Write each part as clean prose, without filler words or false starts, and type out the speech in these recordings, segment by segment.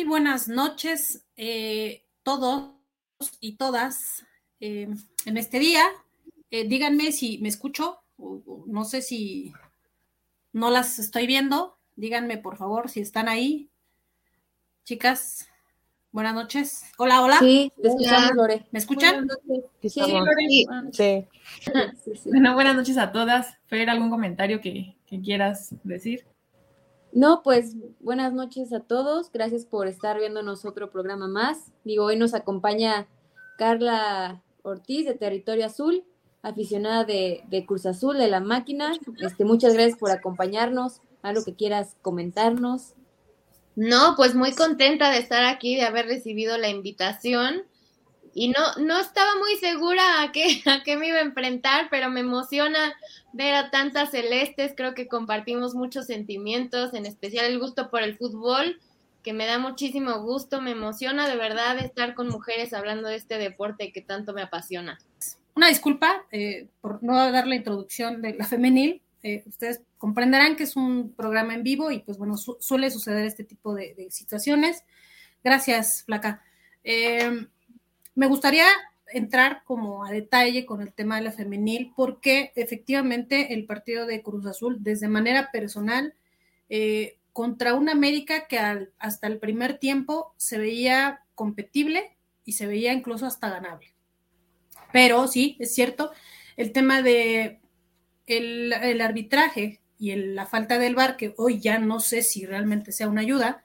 buenas noches, todos y todas en este día. Díganme si me escucho, no sé si no las estoy viendo. Díganme, por favor, si están ahí. Chicas, buenas noches. Hola, hola. Sí, te escuchamos, Hola, Lore. ¿Me escuchan? Sí, sí, Lore. sí, Buenas noches. sí, sí. Bueno, buenas noches a todas. Fer, ¿algún comentario que quieras decir? No, pues buenas noches a todos. Gracias por estar viéndonos otro programa más. Digo, hoy nos acompaña Carla Ortiz de Territorio Azul, aficionada de Cruz Azul, de la máquina. Muchas gracias por acompañarnos. Algo que quieras comentarnos. No, pues muy contenta de estar aquí, de haber recibido la invitación. Y no estaba muy segura a qué me iba a enfrentar, pero me emociona ver a tantas celestes. Creo que compartimos muchos sentimientos, en especial el gusto por el fútbol, que me da muchísimo gusto. Me emociona de verdad estar con mujeres hablando de este deporte que tanto me apasiona. Una disculpa por no dar la introducción de la femenil. Ustedes comprenderán que es un programa en vivo y pues bueno, suele suceder este tipo de situaciones. Gracias, Flaca. Me gustaría entrar como a detalle con el tema de la femenil, porque efectivamente el partido de Cruz Azul, desde manera personal, contra una América que hasta el primer tiempo se veía competible y se veía incluso hasta ganable. Pero sí, es cierto, el tema de el arbitraje y la falta del VAR, que hoy ya no sé si realmente sea una ayuda,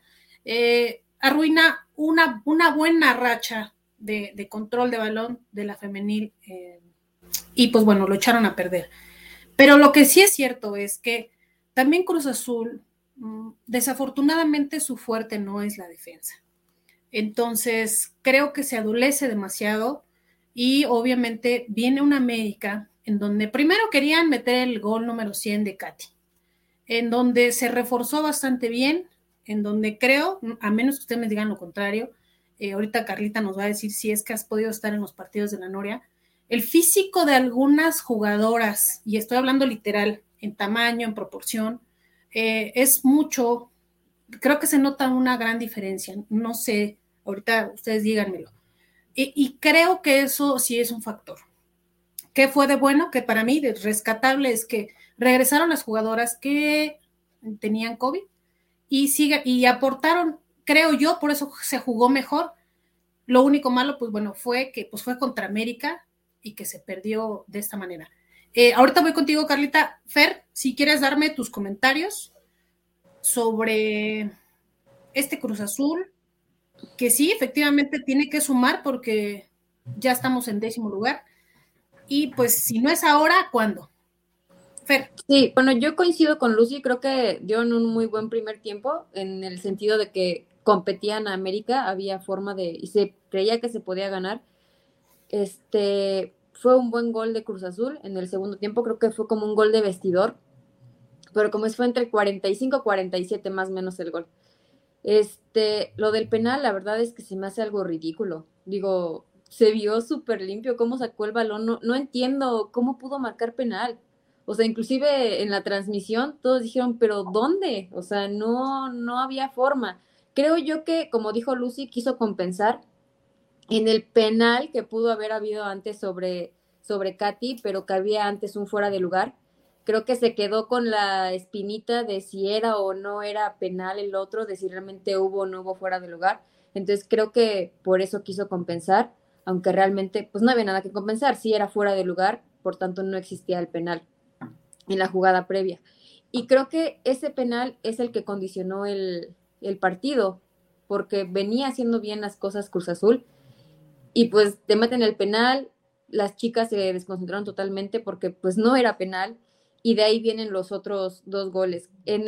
arruina una buena racha de control de balón de la femenil y pues bueno, lo echaron a perder. Pero lo que sí es cierto es que también Cruz Azul, desafortunadamente su fuerte no es la defensa. Entonces, creo que se adolece demasiado y obviamente viene una América en donde primero querían meter el gol número 100 de Katy, en donde se reforzó bastante bien, en donde creo, a menos que ustedes me digan lo contrario, ahorita Carlita nos va a decir si es que has podido estar en los partidos de la Noria, el físico de algunas jugadoras, y estoy hablando literal, en tamaño, en proporción, es mucho, creo que se nota una gran diferencia, no sé, ahorita ustedes díganmelo, y creo que eso sí es un factor. ¿Qué fue de bueno? Que para mí de rescatable es que regresaron las jugadoras que tenían COVID y aportaron, creo yo, por eso se jugó mejor. Lo único malo, pues bueno, fue que pues fue contra América y que se perdió de esta manera. Ahorita voy contigo, Carlita. Fer, si quieres darme tus comentarios sobre este Cruz Azul, que sí, efectivamente tiene que sumar porque ya estamos en 10º lugar. Y pues si no es ahora, ¿cuándo? Fer. Sí, bueno, yo coincido con Lucy, creo que dio en un muy buen primer tiempo, en el sentido de que competían a América, había forma y se creía que se podía ganar. Fue un buen gol de Cruz Azul en el segundo tiempo, creo que fue como un gol de vestidor, pero como fue entre 45 y 47 más o menos el gol. Lo del penal, la verdad es que se me hace algo ridículo. Digo, se vio súper limpio cómo sacó el balón, no entiendo cómo pudo marcar penal. O sea, inclusive en la transmisión todos dijeron, pero ¿dónde? O sea, no había forma. Creo yo que, como dijo Lucy, quiso compensar en el penal que pudo haber habido antes sobre Katy, pero que había antes un fuera de lugar. Creo que se quedó con la espinita de si era o no era penal el otro, de si realmente hubo o no hubo fuera de lugar. Entonces creo que por eso quiso compensar, aunque realmente pues no había nada que compensar, si era fuera de lugar, por tanto no existía el penal en la jugada previa. Y creo que ese penal es el que condicionó el partido, porque venía haciendo bien las cosas Cruz Azul, y pues te meten el penal, las chicas se desconcentraron totalmente porque pues no era penal, y de ahí vienen los otros dos goles.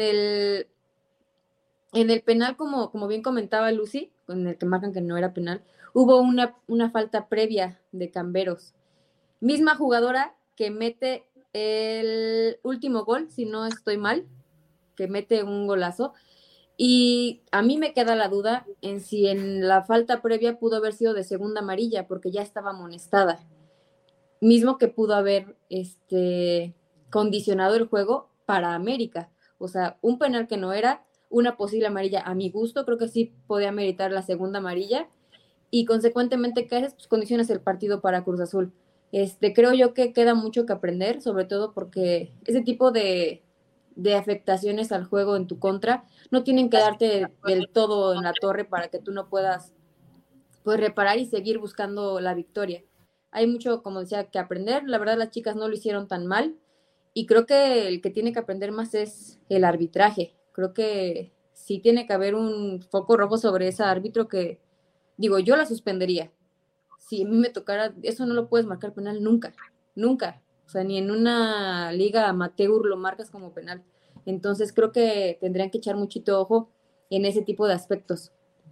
En el penal, como bien comentaba Lucy, con el que marcan que no era penal, hubo una falta previa de Camberos. Misma jugadora que mete el último gol, si no estoy mal, que mete un golazo. Y a mí me queda la duda en si en la falta previa pudo haber sido de segunda amarilla, porque ya estaba amonestada. Mismo que pudo haber condicionado el juego para América. O sea, un penal que no era, una posible amarilla a mi gusto, creo que sí podía meritar la segunda amarilla, y consecuentemente, ¿qué haces? Pues condiciones el partido para Cruz Azul. Creo yo que queda mucho que aprender, sobre todo porque ese tipo de afectaciones al juego en tu contra no tienen que darte del todo en la torre para que tú no puedas pues reparar y seguir buscando la victoria. Hay mucho, como decía, que aprender. La verdad, las chicas no lo hicieron tan mal, y creo que el que tiene que aprender más es el arbitraje. Creo que sí tiene que haber un foco rojo sobre ese árbitro que, digo, yo la suspendería. Si a mí me tocara, eso no lo puedes marcar penal nunca, nunca. O sea, ni en una liga amateur lo marcas como penal. Entonces creo que tendrían que echar muchito ojo en ese tipo de aspectos.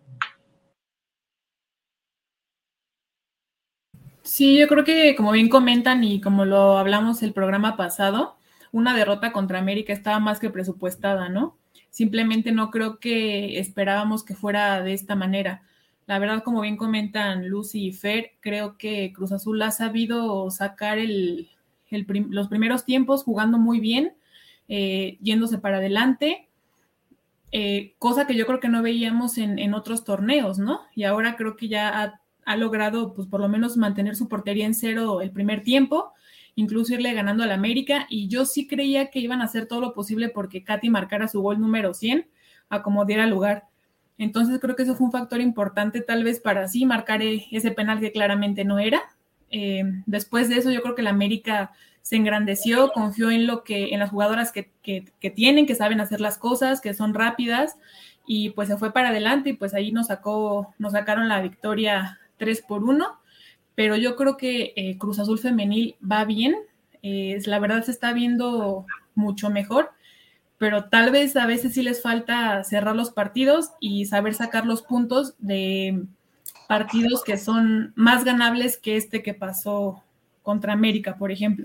Sí, yo creo que como bien comentan y como lo hablamos el programa pasado, una derrota contra América estaba más que presupuestada, ¿no? Simplemente no creo que esperábamos que fuera de esta manera. La verdad, como bien comentan Lucy y Fer, creo que Cruz Azul ha sabido sacar los primeros tiempos jugando muy bien, yéndose para adelante, cosa que yo creo que no veíamos en otros torneos, ¿no? Y ahora creo que ya ha logrado, pues por lo menos mantener su portería en cero el primer tiempo, incluso irle ganando al América, y yo sí creía que iban a hacer todo lo posible porque Katy marcara su gol número 100 a como diera lugar. Entonces creo que eso fue un factor importante tal vez para sí marcar ese penal que claramente no era. Después de eso yo creo que el América se engrandeció, confió en las jugadoras que tienen, que saben hacer las cosas, que son rápidas, y pues se fue para adelante, y pues ahí nos sacaron la victoria 3-1, pero yo creo que Cruz Azul femenil va bien, la verdad se está viendo mucho mejor, pero tal vez a veces sí les falta cerrar los partidos y saber sacar los puntos de partidos que son más ganables que que pasó contra América, por ejemplo.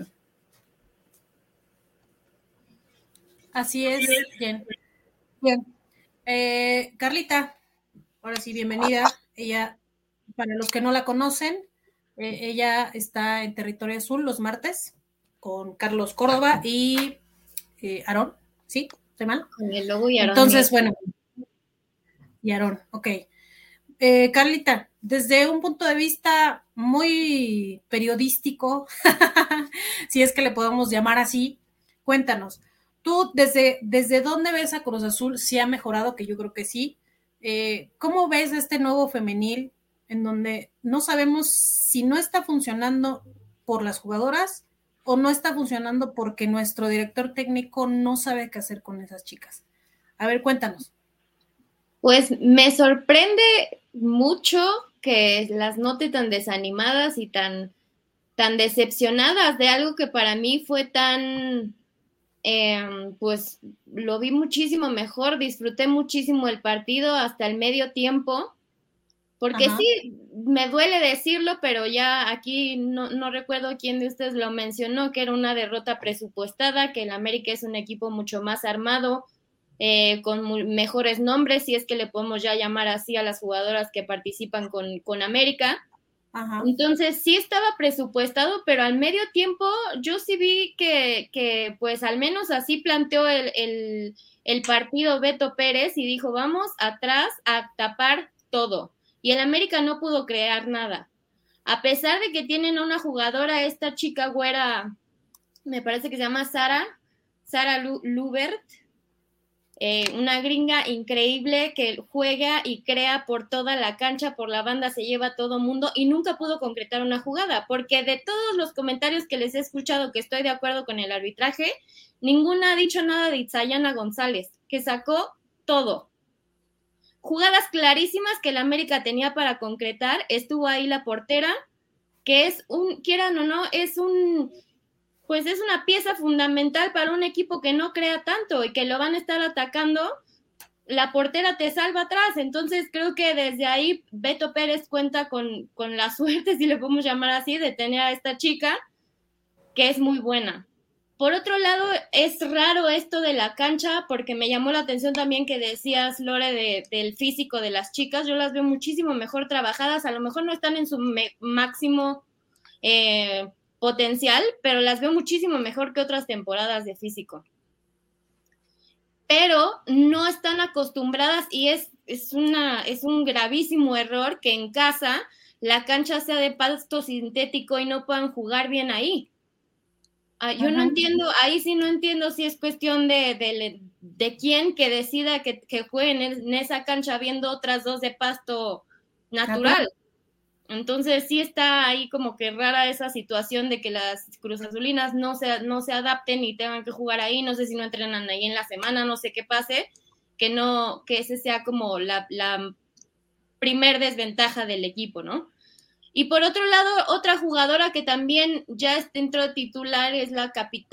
Así es, bien. Bien. Carlita, ahora sí, bienvenida. Ella, para los que no la conocen, ella está en Territorio Azul los martes con Carlos Córdoba y Aarón, ¿sí? ¿Estoy mal? Con el Lobo y Aarón. Entonces, bueno, y Aarón, ok. Carlita, desde un punto de vista muy periodístico, si es que le podemos llamar así, cuéntanos, tú desde dónde ves a Cruz Azul, si ha mejorado, que yo creo que sí, ¿cómo ves este nuevo femenil en donde no sabemos si no está funcionando por las jugadoras o no está funcionando porque nuestro director técnico no sabe qué hacer con esas chicas? A ver, cuéntanos. Pues me sorprende mucho que las note tan desanimadas y tan decepcionadas de algo que para mí fue tan, pues lo vi muchísimo mejor, disfruté muchísimo el partido hasta el medio tiempo, porque Ajá. sí, me duele decirlo, pero ya aquí no recuerdo quién de ustedes lo mencionó, que era una derrota presupuestada, que el América es un equipo mucho más armado, con mejores nombres, si es que le podemos ya llamar así a las jugadoras que participan con América. Ajá. Entonces sí estaba presupuestado, pero al medio tiempo yo sí vi que pues al menos así planteó el partido Beto Pérez y dijo, vamos atrás a tapar todo. Y el América no pudo crear nada. A pesar de que tienen a una jugadora, esta chica güera, me parece que se llama Sara Lubert, una gringa increíble que juega y crea por toda la cancha, por la banda, se lleva a todo mundo y nunca pudo concretar una jugada, porque de todos los comentarios que les he escuchado que estoy de acuerdo con el arbitraje, ninguna ha dicho nada de Itzayana González, que sacó todo. Jugadas clarísimas que el América tenía para concretar, estuvo ahí la portera, que es quieran o no, pues es una pieza fundamental para un equipo que no crea tanto y que lo van a estar atacando, la portera te salva atrás. Entonces creo que desde ahí Beto Pérez cuenta con la suerte, si le podemos llamar así, de tener a esta chica que es muy buena. Por otro lado, es raro esto de la cancha, porque me llamó la atención también que decías, Lore, del físico de las chicas. Yo las veo muchísimo mejor trabajadas, a lo mejor no están en su máximo potencial, pero las veo muchísimo mejor que otras temporadas de físico. pero no están acostumbradas y es un gravísimo error que en casa la cancha sea de pasto sintético y no puedan jugar bien ahí. Yo no entiendo, ahí sí no entiendo si es cuestión de quién que decida que jueguen en esa cancha viendo otras dos de pasto natural. Entonces sí está ahí como que rara esa situación de que las cruzazulinas no se adapten y tengan que jugar ahí. No sé si no entrenan ahí en la semana, no sé qué pase, que ese sea como la primer desventaja del equipo, ¿no? Y por otro lado, otra jugadora que también ya entró titular es la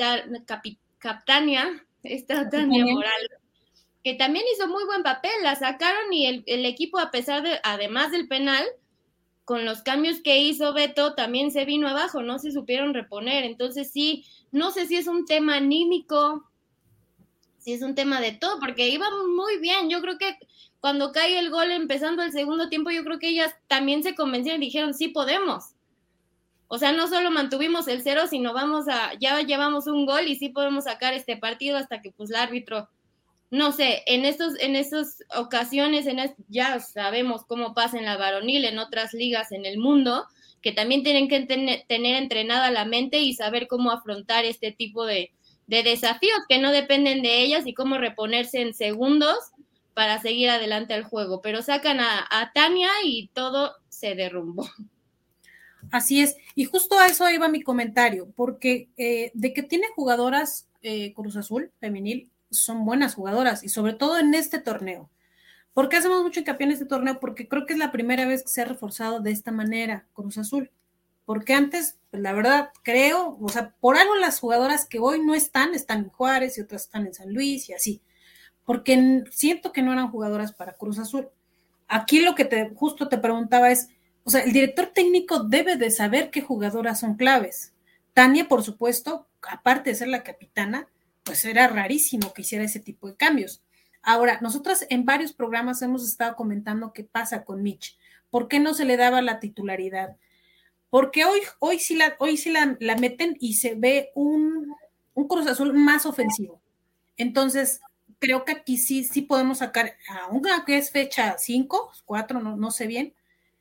Tania Morales, que también hizo muy buen papel, la sacaron y el equipo, a pesar de, además del penal, con los cambios que hizo Beto, también se vino abajo, no se supieron reponer. Entonces sí, no sé si es un tema anímico, si es un tema de todo, porque iba muy bien. Yo creo que cuando cae el gol empezando el segundo tiempo, yo creo que ellas también se convencieron y dijeron, sí podemos. O sea, no solo mantuvimos el 0, sino ya llevamos un gol y sí podemos sacar este partido hasta que pues el árbitro, no sé, en estas ocasiones, ya sabemos cómo pasa en la varonil, en otras ligas en el mundo, que también tienen que tener entrenada la mente y saber cómo afrontar este tipo de desafíos que no dependen de ellas y cómo reponerse en segundos para seguir adelante al juego. Pero sacan a Tania y todo se derrumbó. Así es, y justo a eso iba mi comentario, porque de que tiene jugadoras Cruz Azul femenil, son buenas jugadoras, y sobre todo en este torneo. ¿Por qué hacemos mucho hincapié en este torneo? Porque creo que es la primera vez que se ha reforzado de esta manera Cruz Azul. Porque antes, pues, la verdad, creo, o sea, por algo las jugadoras que hoy no están en Juárez y otras están en San Luis y así. Porque siento que no eran jugadoras para Cruz Azul. Aquí lo que justo te preguntaba es, o sea, el director técnico debe de saber qué jugadoras son claves. Tania, por supuesto, aparte de ser la capitana, pues era rarísimo que hiciera ese tipo de cambios. Ahora, nosotras en varios programas hemos estado comentando qué pasa con Mitch. ¿Por qué no se le daba la titularidad? Porque hoy sí la meten y se ve un Cruz Azul más ofensivo. Entonces, creo que aquí sí podemos sacar, aunque es fecha 5, 4, no sé bien,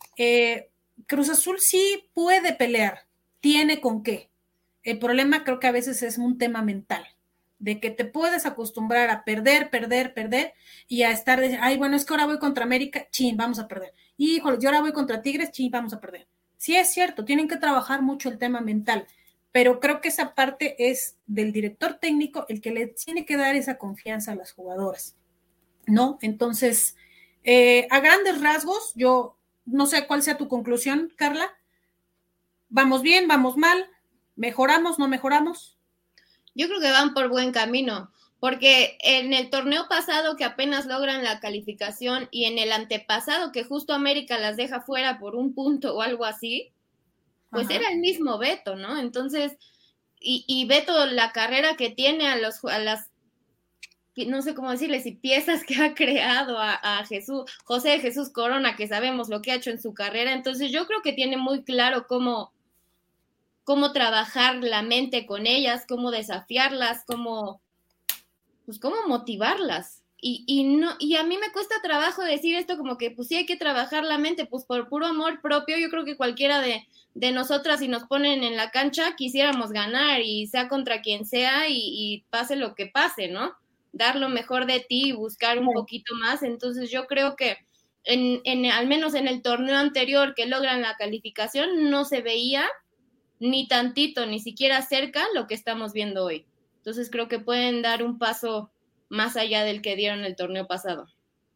Cruz Azul sí puede pelear, tiene con qué. El problema creo que a veces es un tema mental, de que te puedes acostumbrar a perder y a estar de, ay, bueno, es que ahora voy contra América, chin, vamos a perder. Híjole, yo ahora voy contra Tigres, chin, vamos a perder. Sí es cierto, tienen que trabajar mucho el tema mental, pero creo que esa parte es del director técnico el que le tiene que dar esa confianza a las jugadoras, ¿no? Entonces, a grandes rasgos, yo no sé cuál sea tu conclusión, Carla. ¿Vamos bien, vamos mal? ¿Mejoramos, no mejoramos? Yo creo que van por buen camino, porque en el torneo pasado que apenas logran la calificación y en el antepasado que justo América las deja fuera por un punto o algo así, pues era el mismo Beto, ¿no? Entonces, y Beto, la carrera que tiene a las, no sé cómo decirles, y piezas que ha creado a José Jesús Corona, que sabemos lo que ha hecho en su carrera, entonces yo creo que tiene muy claro cómo trabajar la mente con ellas, cómo desafiarlas, cómo motivarlas. Y a mí me cuesta trabajo decir esto, como que pues sí hay que trabajar la mente, pues por puro amor propio. Yo creo que cualquiera de nosotras, si nos ponen en la cancha, quisiéramos ganar, y sea contra quien sea, y pase lo que pase, ¿no? Dar lo mejor de ti y buscar un poquito más. Entonces yo creo que al menos en el torneo anterior que logran la calificación, no se veía ni tantito, ni siquiera cerca lo que estamos viendo hoy. Entonces creo que pueden dar un paso más allá del que dieron el torneo pasado.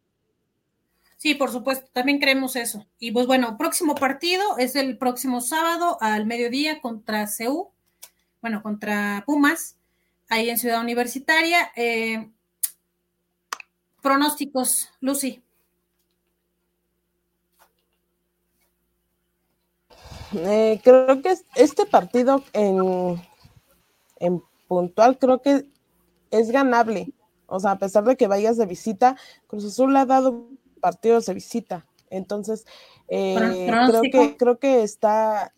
Sí, por supuesto, también creemos eso. Y pues bueno, próximo partido es el próximo sábado al mediodía contra CU, bueno, contra Pumas, ahí en Ciudad Universitaria. Pronósticos, Lucy. Creo que este partido en puntual creo que es ganable. O sea, a pesar de que vayas de visita, Cruz Azul ha dado partidos de visita. Entonces, creo que está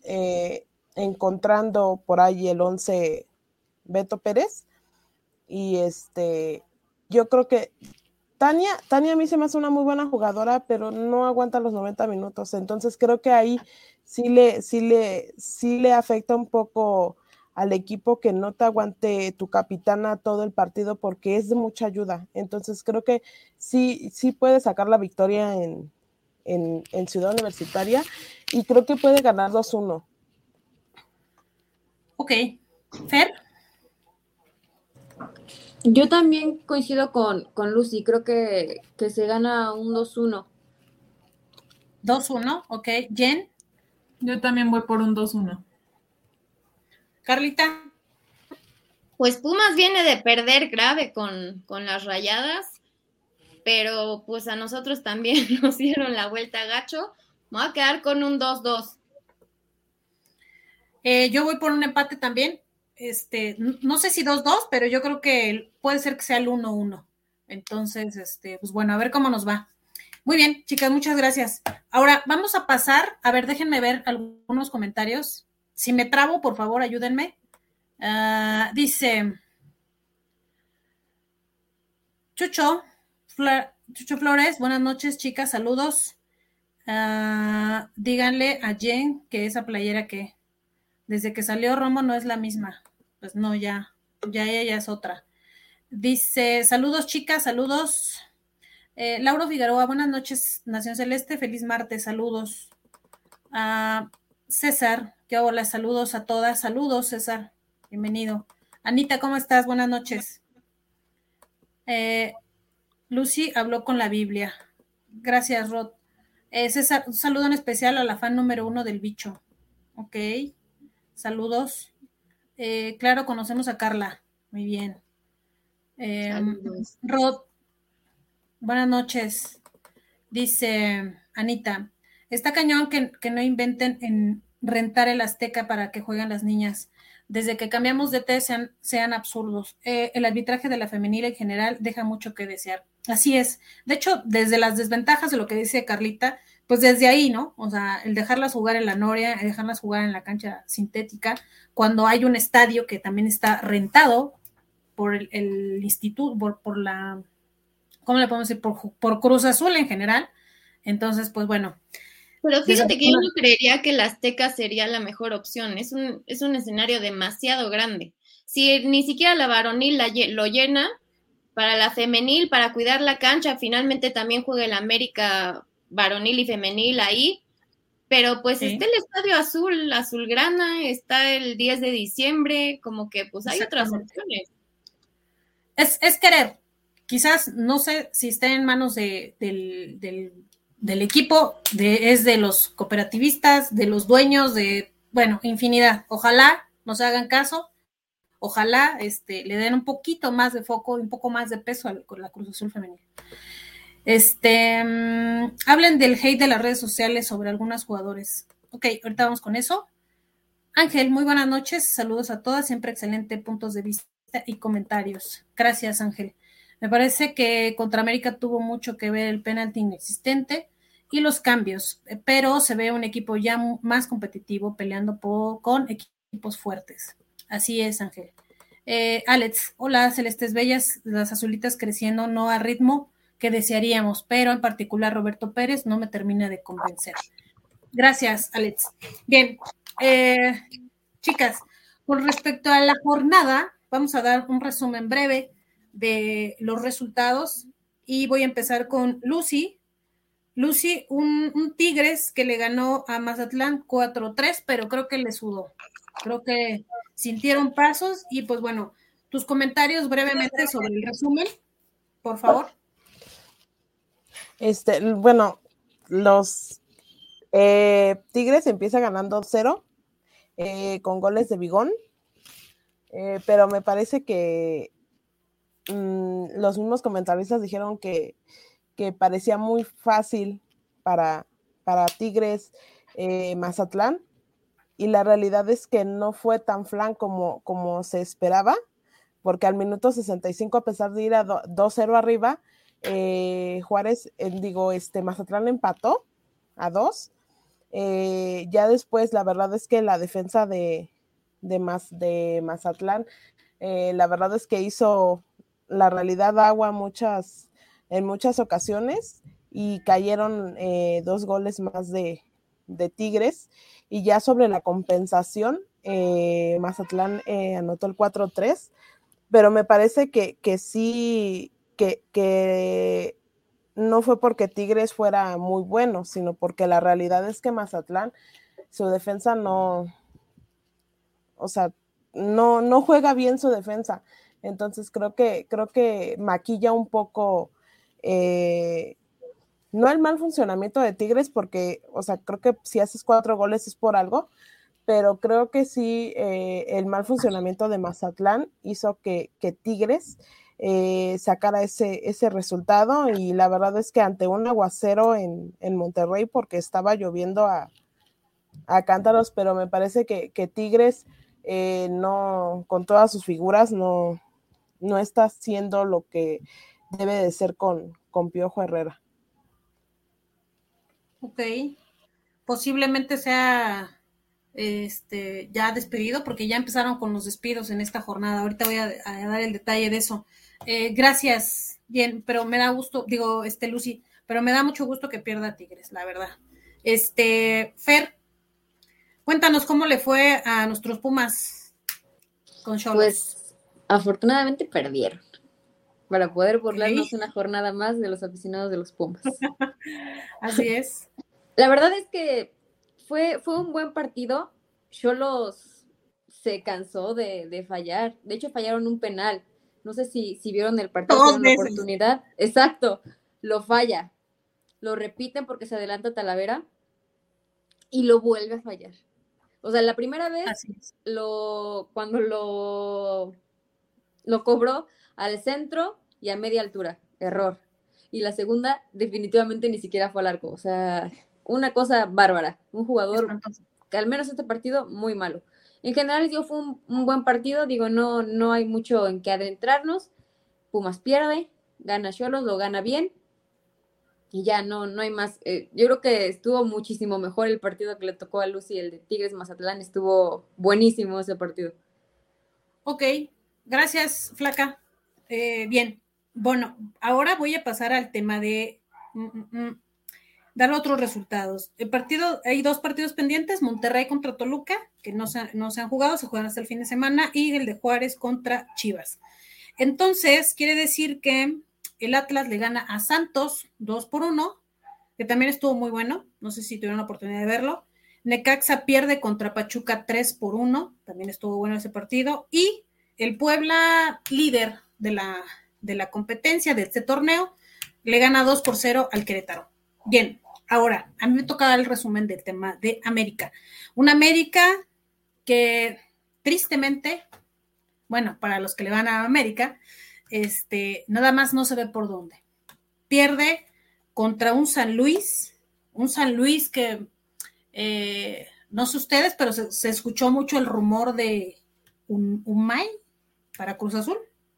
encontrando por ahí el 11 Beto Pérez. Y yo creo que Tania a mí se me hace una muy buena jugadora, pero no aguanta los 90 minutos, entonces creo que ahí sí le afecta un poco al equipo que no te aguante tu capitana todo el partido porque es de mucha ayuda, entonces creo que sí puede sacar la victoria en Ciudad Universitaria y creo que puede ganar 2-1. Ok, Fer. Yo también coincido con Lucy, creo que se gana un 2-1. 2-1, ok. Jen. Yo también voy por un 2-1. Carlita. Pues Pumas viene de perder grave con las Rayadas, pero pues a nosotros también nos dieron la vuelta gacho. Me voy a quedar con un 2-2. Yo voy por un empate también. No sé si 2-2, pero yo creo que puede ser que sea el 1-1. Entonces, pues bueno, a ver cómo nos va. Muy bien, chicas, muchas gracias. Ahora vamos a pasar, a ver, déjenme ver algunos comentarios. Si me trabo, por favor, ayúdenme. Dice Chucho Flores, buenas noches, chicas, saludos. Díganle a Jen que esa playera que desde que salió Romo no es la misma. Pues no, ya ella es otra. Dice, saludos chicas, saludos. Lauro Figueroa, buenas noches, Nación Celeste, feliz martes, saludos. César, qué hola, saludos a todas, saludos César, bienvenido. Anita, ¿cómo estás? Buenas noches. Lucy habló con la Biblia. Gracias, Rod. César, un saludo en especial a la fan número 1 del bicho. Ok, saludos. Claro, conocemos a Carla. Muy bien. Rod, buenas noches. Dice Anita, está cañón que no inventen en rentar el Azteca para que jueguen las niñas. Desde que cambiamos de T sean absurdos. El arbitraje de la femenil en general deja mucho que desear. Así es. De hecho, desde las desventajas de lo que dice Carlita, pues desde ahí, ¿no? O sea, el dejarlas jugar en la Noria, el dejarlas jugar en la cancha sintética, cuando hay un estadio que también está rentado por el instituto, por la, ¿cómo le podemos decir? Por Cruz Azul en general. Entonces, pues bueno. Pero fíjate que yo no creería que el Azteca sería la mejor opción. Es un escenario demasiado grande. Si ni siquiera la varonil lo llena, para la femenil, para cuidar la cancha, finalmente también juega el América varonil y femenil ahí. Pero pues está el Estadio Azul, Azulgrana, está el 10 de diciembre, como que pues hay otras opciones. Es querer. Quizás, no sé si está en manos del equipo, es de los cooperativistas, de los dueños, bueno, infinidad. Ojalá nos hagan caso, ojalá le den un poquito más de foco, un poco más de peso con la Cruz Azul femenil. Hablen del hate de las redes sociales sobre algunos jugadores. Ok, ahorita vamos con eso. Ángel, muy buenas noches, saludos a todas, siempre excelente puntos de vista y comentarios. Gracias, Ángel. Me parece que contra América tuvo mucho que ver el penalti inexistente y los cambios, pero se ve un equipo ya más competitivo peleando con equipos fuertes. Así es, Ángel. Alex, hola, Celestes Bellas, las azulitas creciendo no a ritmo que desearíamos, pero en particular Roberto Pérez no me termina de convencer. Gracias, Alex. Bien, chicas, con respecto a la jornada, vamos a dar un resumen breve de los resultados y voy a empezar con Lucy. Lucy, un Tigres que le ganó a Mazatlán 4-3, pero creo que le sudó. Creo que sintieron pasos y pues bueno, tus comentarios brevemente sobre el resumen, por favor. Bueno, los Tigres empieza ganando 0 con goles de Bigón, pero me parece que los mismos comentaristas dijeron que parecía muy fácil para Tigres Mazatlán, y la realidad es que no fue tan flan como se esperaba, porque al minuto 65, a pesar de ir a 2-0 arriba, Juárez, Mazatlán empató a 2. Ya después, la verdad es que la defensa de Mazatlán, la verdad es que hizo la realidad agua en muchas ocasiones y cayeron 2 goles más de Tigres. Y ya sobre la compensación, Mazatlán anotó el 4-3, pero me parece que sí, que no fue porque Tigres fuera muy bueno, sino porque la realidad es que Mazatlán, su defensa no, o sea, no juega bien su defensa. Entonces creo que maquilla un poco no el mal funcionamiento de Tigres, porque, o sea, creo que si haces 4 goles es por algo, pero creo que sí el mal funcionamiento de Mazatlán hizo que Tigres sacara ese resultado, y la verdad es que ante un aguacero en Monterrey, porque estaba lloviendo a cántaros, pero me parece que Tigres no, con todas sus figuras, no está haciendo lo que debe de ser con Piojo Herrera. Ok, posiblemente sea ya despedido, porque ya empezaron con los despidos en esta jornada. Ahorita voy a dar el detalle de eso. Gracias, Jen, pero me da gusto, Lucy, pero me da mucho gusto que pierda Tigres, la verdad. Fer, cuéntanos cómo le fue a nuestros Pumas con Xolos. Pues afortunadamente perdieron, para poder burlarnos una jornada más de los aficionados de los Pumas. Así es. La verdad es que fue un buen partido. Xolos se cansó de fallar. De hecho, fallaron un penal. No sé si vieron el partido, tuvieron la oportunidad. Exacto, lo falla. Lo repiten porque se adelanta Talavera y lo vuelve a fallar. O sea, la primera vez cuando lo cobró al centro y a media altura, error. Y la segunda definitivamente ni siquiera fue al arco. O sea, una cosa bárbara. Un jugador que al menos este partido muy malo. En general fue un buen partido. Digo, no hay mucho en qué adentrarnos. Pumas pierde, gana Xolos, lo gana bien. Y ya no hay más. Yo creo que estuvo muchísimo mejor el partido que le tocó a Lucy, el de Tigres Mazatlán. Estuvo buenísimo ese partido. Ok, gracias, Flaca. Bien, bueno, ahora voy a pasar al tema de dar otros resultados. Hay 2 partidos pendientes: Monterrey contra Toluca, que no se han jugado, se juegan hasta el fin de semana, y el de Juárez contra Chivas. Entonces, quiere decir que el Atlas le gana a Santos 2-1, que también estuvo muy bueno, no sé si tuvieron la oportunidad de verlo. Necaxa pierde contra Pachuca 3-1, también estuvo bueno ese partido, y el Puebla, líder de la competencia de este torneo, le gana 2-0 al Querétaro. Bien, ahora, a mí me toca dar el resumen del tema de América. Una América que tristemente, bueno, para los que le van a América, nada más no se ve por dónde. Pierde contra un San Luis que no sé ustedes, pero se escuchó mucho el rumor de un May para Cruz Azul.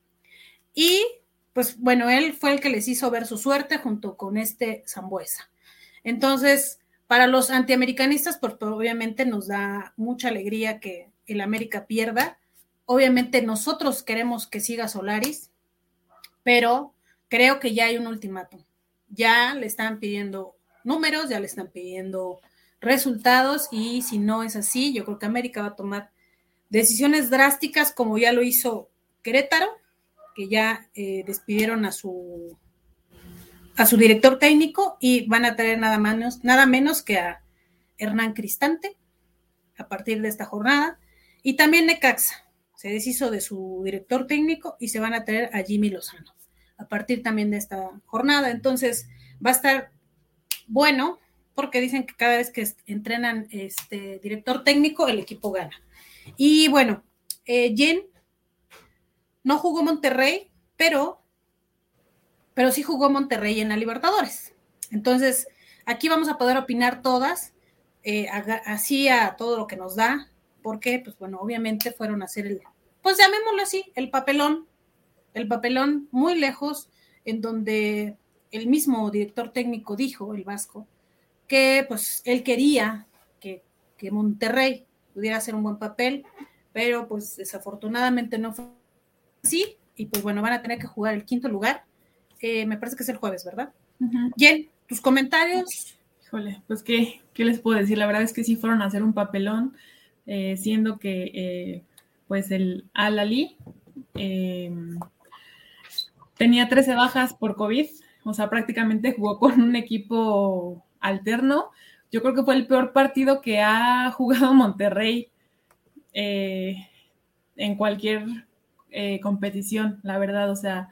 Y pues bueno, él fue el que les hizo ver su suerte junto con Sambuesa. Entonces, para los antiamericanistas, pues obviamente nos da mucha alegría que el América pierda. Obviamente nosotros queremos que siga Solaris, pero creo que ya hay un ultimátum. Ya le están pidiendo números, ya le están pidiendo resultados, y si no es así, yo creo que América va a tomar decisiones drásticas, como ya lo hizo Querétaro, que ya despidieron a su director técnico y van a traer nada menos que a Hernán Cristante a partir de esta jornada. Y también Necaxa se deshizo de su director técnico y se van a traer a Jimmy Lozano a partir también de esta jornada. Entonces va a estar bueno, porque dicen que cada vez que entrenan director técnico, el equipo gana. Y bueno, Jen no jugó Monterrey, pero sí jugó Monterrey en la Libertadores. Entonces, aquí vamos a poder opinar todas, así a todo lo que nos da, porque, pues bueno, obviamente fueron a hacer pues llamémoslo así, el papelón muy lejos, en donde el mismo director técnico dijo, el Vasco, que pues él quería que Monterrey pudiera hacer un buen papel, pero pues desafortunadamente no fue así. y pues bueno, van a tener que jugar el quinto lugar. Me parece que es el jueves, ¿verdad? Uh-huh. Jen, tus comentarios. Híjole, pues ¿qué les puedo decir? La verdad es que sí fueron a hacer un papelón, siendo que pues el Al-Ahly tenía 13 bajas por COVID, o sea, prácticamente jugó con un equipo alterno. Yo creo que fue el peor partido que ha jugado Monterrey en cualquier competición, la verdad, o sea,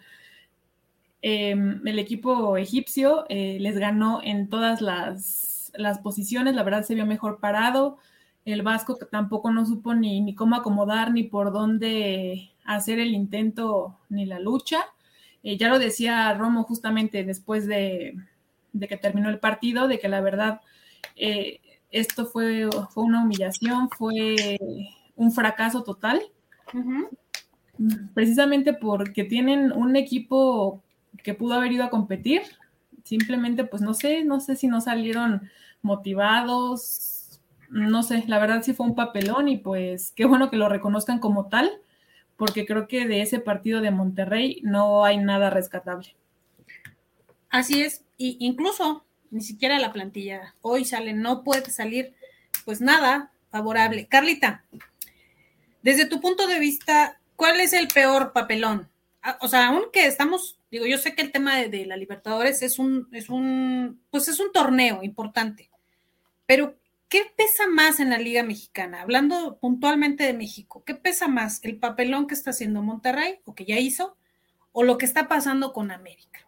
el equipo egipcio les ganó en todas las posiciones, la verdad se vio mejor parado, el vasco tampoco no supo ni cómo acomodar, ni por dónde hacer el intento, ni la lucha. Ya lo decía Romo justamente después de que terminó el partido, de que la verdad esto fue una humillación, fue un fracaso total, precisamente porque tienen un equipo que pudo haber ido a competir, simplemente pues no sé si no salieron motivados, no sé, la verdad sí fue un papelón y pues qué bueno que lo reconozcan como tal, porque creo que de ese partido de Monterrey no hay nada rescatable. Así es, y incluso ni siquiera la plantilla hoy sale, no puede salir pues nada favorable. Carlita, desde tu punto de vista, ¿cuál es el peor papelón? O sea, aunque estamos, digo, yo sé que el tema de la Libertadores es un torneo importante, pero ¿qué pesa más en la Liga Mexicana? Hablando puntualmente de México, ¿qué pesa más? ¿El papelón que está haciendo Monterrey o que ya hizo o lo que está pasando con América?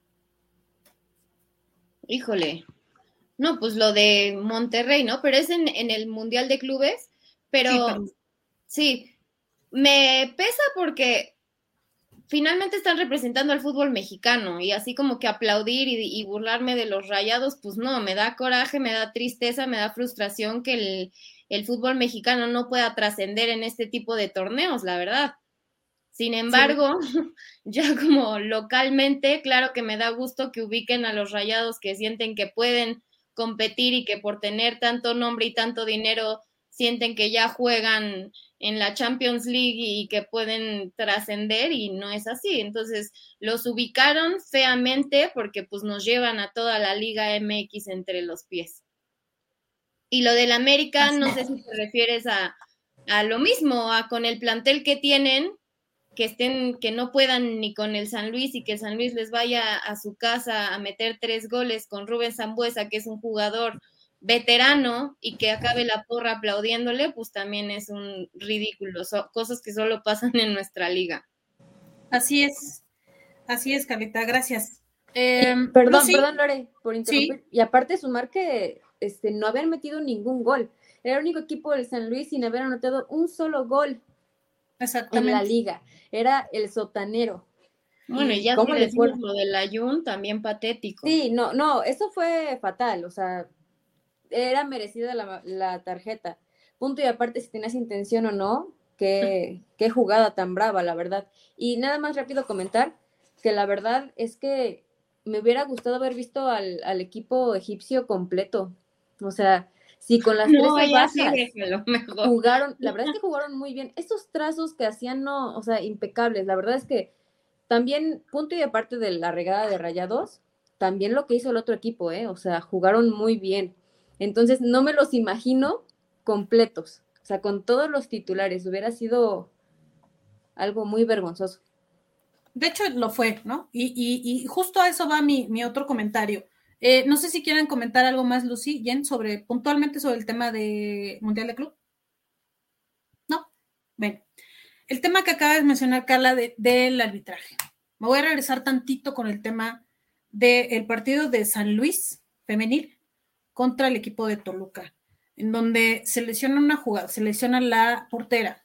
Híjole, no, pues lo de Monterrey, ¿no? Pero es en el Mundial de Clubes, pero sí, me pesa porque finalmente están representando al fútbol mexicano y así como que aplaudir y burlarme de los Rayados, pues no, me da coraje, me da tristeza, me da frustración que el fútbol mexicano no pueda trascender en este tipo de torneos, la verdad. Sin embargo, sí, ya como localmente, claro que me da gusto que ubiquen a los Rayados que sienten que pueden competir y que por tener tanto nombre y tanto dinero sienten que ya juegan en la Champions League y que pueden trascender y no es así. Entonces los ubicaron feamente porque pues nos llevan a toda la Liga MX entre los pies. Y lo del América, no sé si te refieres a lo mismo, a con el plantel que tienen, que no puedan ni con el San Luis y que el San Luis les vaya a su casa a meter 3 goles con Rubén Sambueza, que es un jugador veterano, y que acabe la porra aplaudiéndole, pues también es un ridículo, cosas que solo pasan en nuestra liga. Así es, Carlita, gracias. Perdón, Lore, por interrumpir. Sí. Y aparte sumar que no habían metido ningún gol. Era el único equipo del San Luis sin haber anotado un solo gol. Exactamente. En la liga, era el sotanero. Bueno, y ya cómo si decimos lo del Ayun, también patético. Sí, no, eso fue fatal, o sea, era merecida la tarjeta. Punto y aparte si tenías intención o no, qué jugada tan brava, la verdad. Y nada más rápido comentar que la verdad es que me hubiera gustado haber visto al equipo egipcio completo, o sea, sí, con las 13 bajas jugaron, la verdad es que jugaron muy bien. Estos trazos que hacían, no, o sea, impecables. La verdad es que también, punto y aparte de la regada de Rayados, también lo que hizo el otro equipo, o sea, jugaron muy bien. Entonces, no me los imagino completos. O sea, con todos los titulares, hubiera sido algo muy vergonzoso. De hecho, lo fue, ¿no? Y justo a eso va mi otro comentario. No sé si quieren comentar algo más, Lucy, Jen, puntualmente sobre el tema de Mundial de Club. ¿No? Bueno, el tema que acaba de mencionar Carla del arbitraje. Me voy a regresar tantito con el tema del partido de San Luis femenil contra el equipo de Toluca, en donde se lesiona una jugada, se lesiona la portera.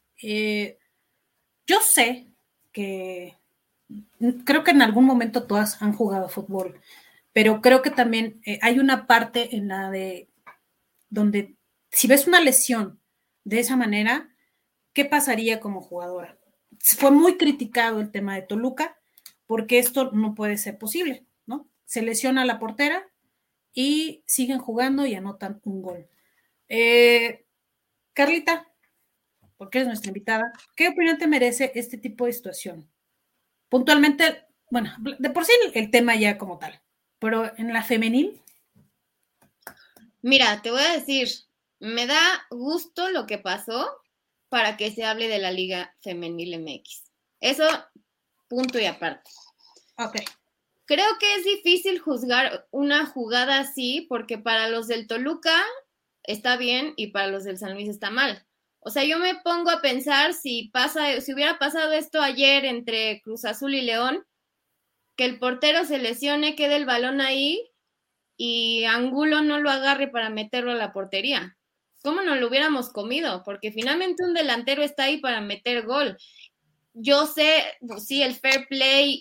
Yo sé que creo que en algún momento todas han jugado fútbol, pero creo que también hay una parte en la de donde si ves una lesión de esa manera, ¿qué pasaría como jugadora? Fue muy criticado el tema de Toluca porque esto no puede ser posible, ¿no? Se lesiona la portera y siguen jugando y anotan un gol. Carlita. porque eres nuestra invitada, ¿qué opinión te merece este tipo de situación? Puntualmente, bueno, de por sí el tema ya como tal, pero en la femenil. Mira, te voy a decir, me da gusto lo que pasó para que se hable de la Liga Femenil MX. Eso, punto y aparte. Ok. Creo que es difícil juzgar una jugada así porque para los del Toluca está bien y para los del San Luis está mal. O sea, yo me pongo a pensar si hubiera pasado esto ayer entre Cruz Azul y León, que el portero se lesione, quede el balón ahí y Angulo no lo agarre para meterlo a la portería. ¿Cómo no lo hubiéramos comido? Porque finalmente un delantero está ahí para meter gol. Yo sé, pues, sí, el fair play,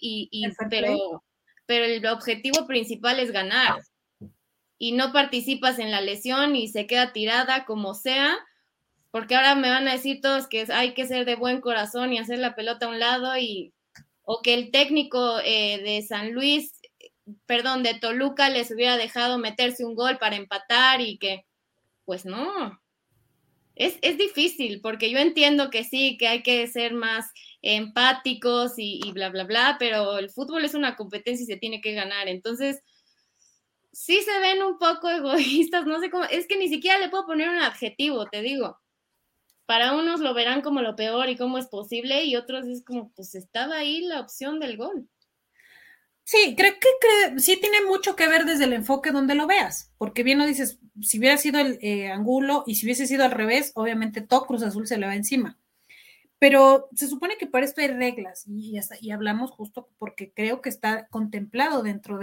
pero el objetivo principal es ganar. Y no participas en la lesión y se queda tirada como sea, porque ahora me van a decir todos que hay que ser de buen corazón y hacer la pelota a un lado o que el técnico de San Luis, perdón, de Toluca les hubiera dejado meterse un gol para empatar y que, pues no. Es difícil porque yo entiendo que sí, que hay que ser más empáticos y bla, bla, bla, pero el fútbol es una competencia y se tiene que ganar. Entonces, sí se ven un poco egoístas, no sé cómo, es que ni siquiera le puedo poner un adjetivo, te digo. Para unos lo verán como lo peor y cómo es posible y otros es como, pues estaba ahí la opción del gol. Sí, creo que sí tiene mucho que ver desde el enfoque donde lo veas, porque bien lo dices, si hubiera sido el Angulo y si hubiese sido al revés, obviamente todo Cruz Azul se le va encima. Pero se supone que para esto hay reglas y hablamos justo porque creo que está contemplado dentro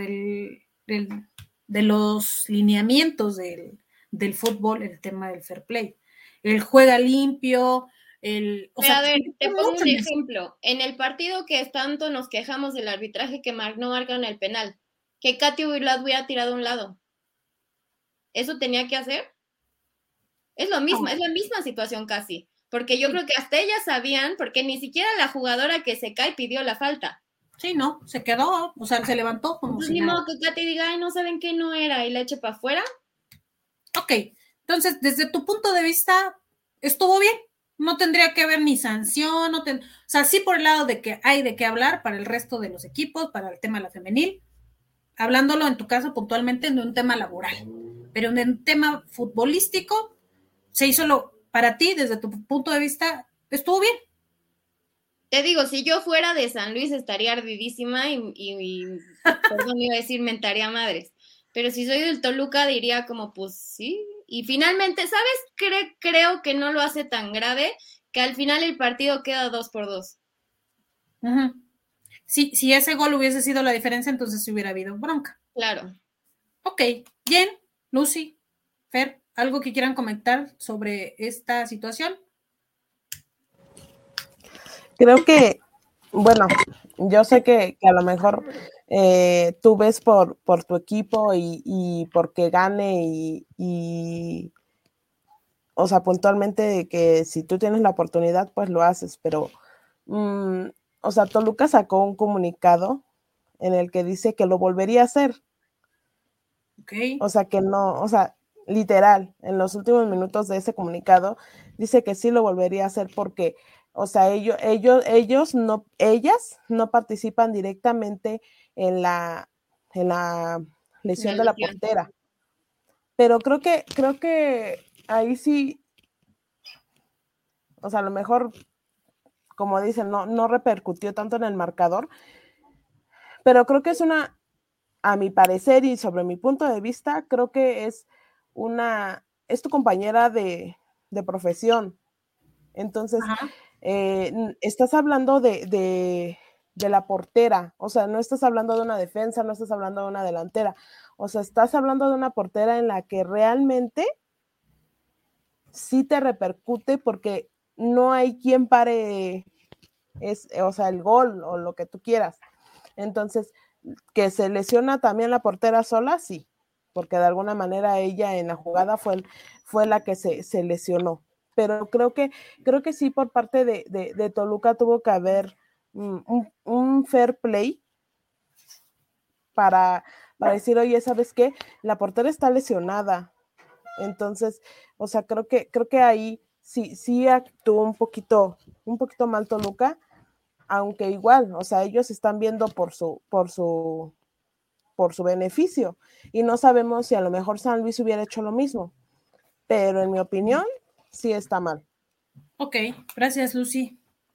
de los lineamientos del fútbol el tema del fair play. El juega limpio, o Pero sea, a ver, te pongo mucho un ejemplo. En el partido que tanto nos quejamos del arbitraje que no marcaron el penal, que Katy Huilad hubiera tirado a un lado. ¿Eso tenía que hacer? Es lo mismo, es la misma situación casi. Porque yo creo que hasta ellas sabían, porque ni siquiera la jugadora que se cae pidió la falta. Sí, no, se quedó, o sea, se levantó como Entonces, si ni nada. modo que Katy diga, ay, no saben qué no era y la eche para afuera. Ok, entonces, desde tu punto de vista, estuvo bien. No tendría que haber ni sanción, o sea, sí por el lado de que hay de qué hablar para el resto de los equipos, para el tema de la femenil, hablándolo en tu caso puntualmente de un tema laboral, pero en un tema futbolístico, se hizo para ti, desde tu punto de vista, estuvo bien. Te digo, si yo fuera de San Luis estaría ardidísima perdón, iba a decir mentaría madres. Pero si soy del Toluca diría como, pues sí. Y finalmente, ¿sabes? Creo que no lo hace tan grave que al final el partido queda 2-2. Uh-huh. Si ese gol hubiese sido la diferencia, entonces sí hubiera habido bronca. Claro. Ok, Jen, Lucy, Fer, ¿algo que quieran comentar sobre esta situación? Creo que, bueno, yo sé que a lo mejor tú ves por tu equipo y porque gane y, o sea, puntualmente que si tú tienes la oportunidad, pues lo haces, pero, o sea, Toluca sacó un comunicado en el que dice que lo volvería a hacer. Okay. O sea, que no, o sea, literal, en los últimos minutos de ese comunicado, dice que sí lo volvería a hacer porque, o sea, ellas no participan directamente en la lesión de la portera. Pero creo que ahí sí, o sea, a lo mejor, como dicen, no repercutió tanto en el marcador, pero creo que es a mi parecer y sobre mi punto de vista, creo que es tu compañera de profesión. Entonces, estás hablando de la portera, o sea, no estás hablando de una defensa, no estás hablando de una delantera, o sea, estás hablando de una portera en la que realmente sí te repercute porque no hay quien pare, o sea, el gol o lo que tú quieras. Entonces, que se lesiona también la portera sola, sí, porque de alguna manera ella en la jugada fue la que se lesionó. Pero creo que sí por parte de Toluca tuvo que haber un fair play para decir, oye, ¿sabes qué? La portera está lesionada. Entonces, o sea, creo que ahí sí actuó un poquito mal Toluca, aunque igual, o sea, ellos están viendo por su beneficio, y no sabemos si a lo mejor San Luis hubiera hecho lo mismo, pero en mi opinión, sí está mal. Ok, gracias, Lucy.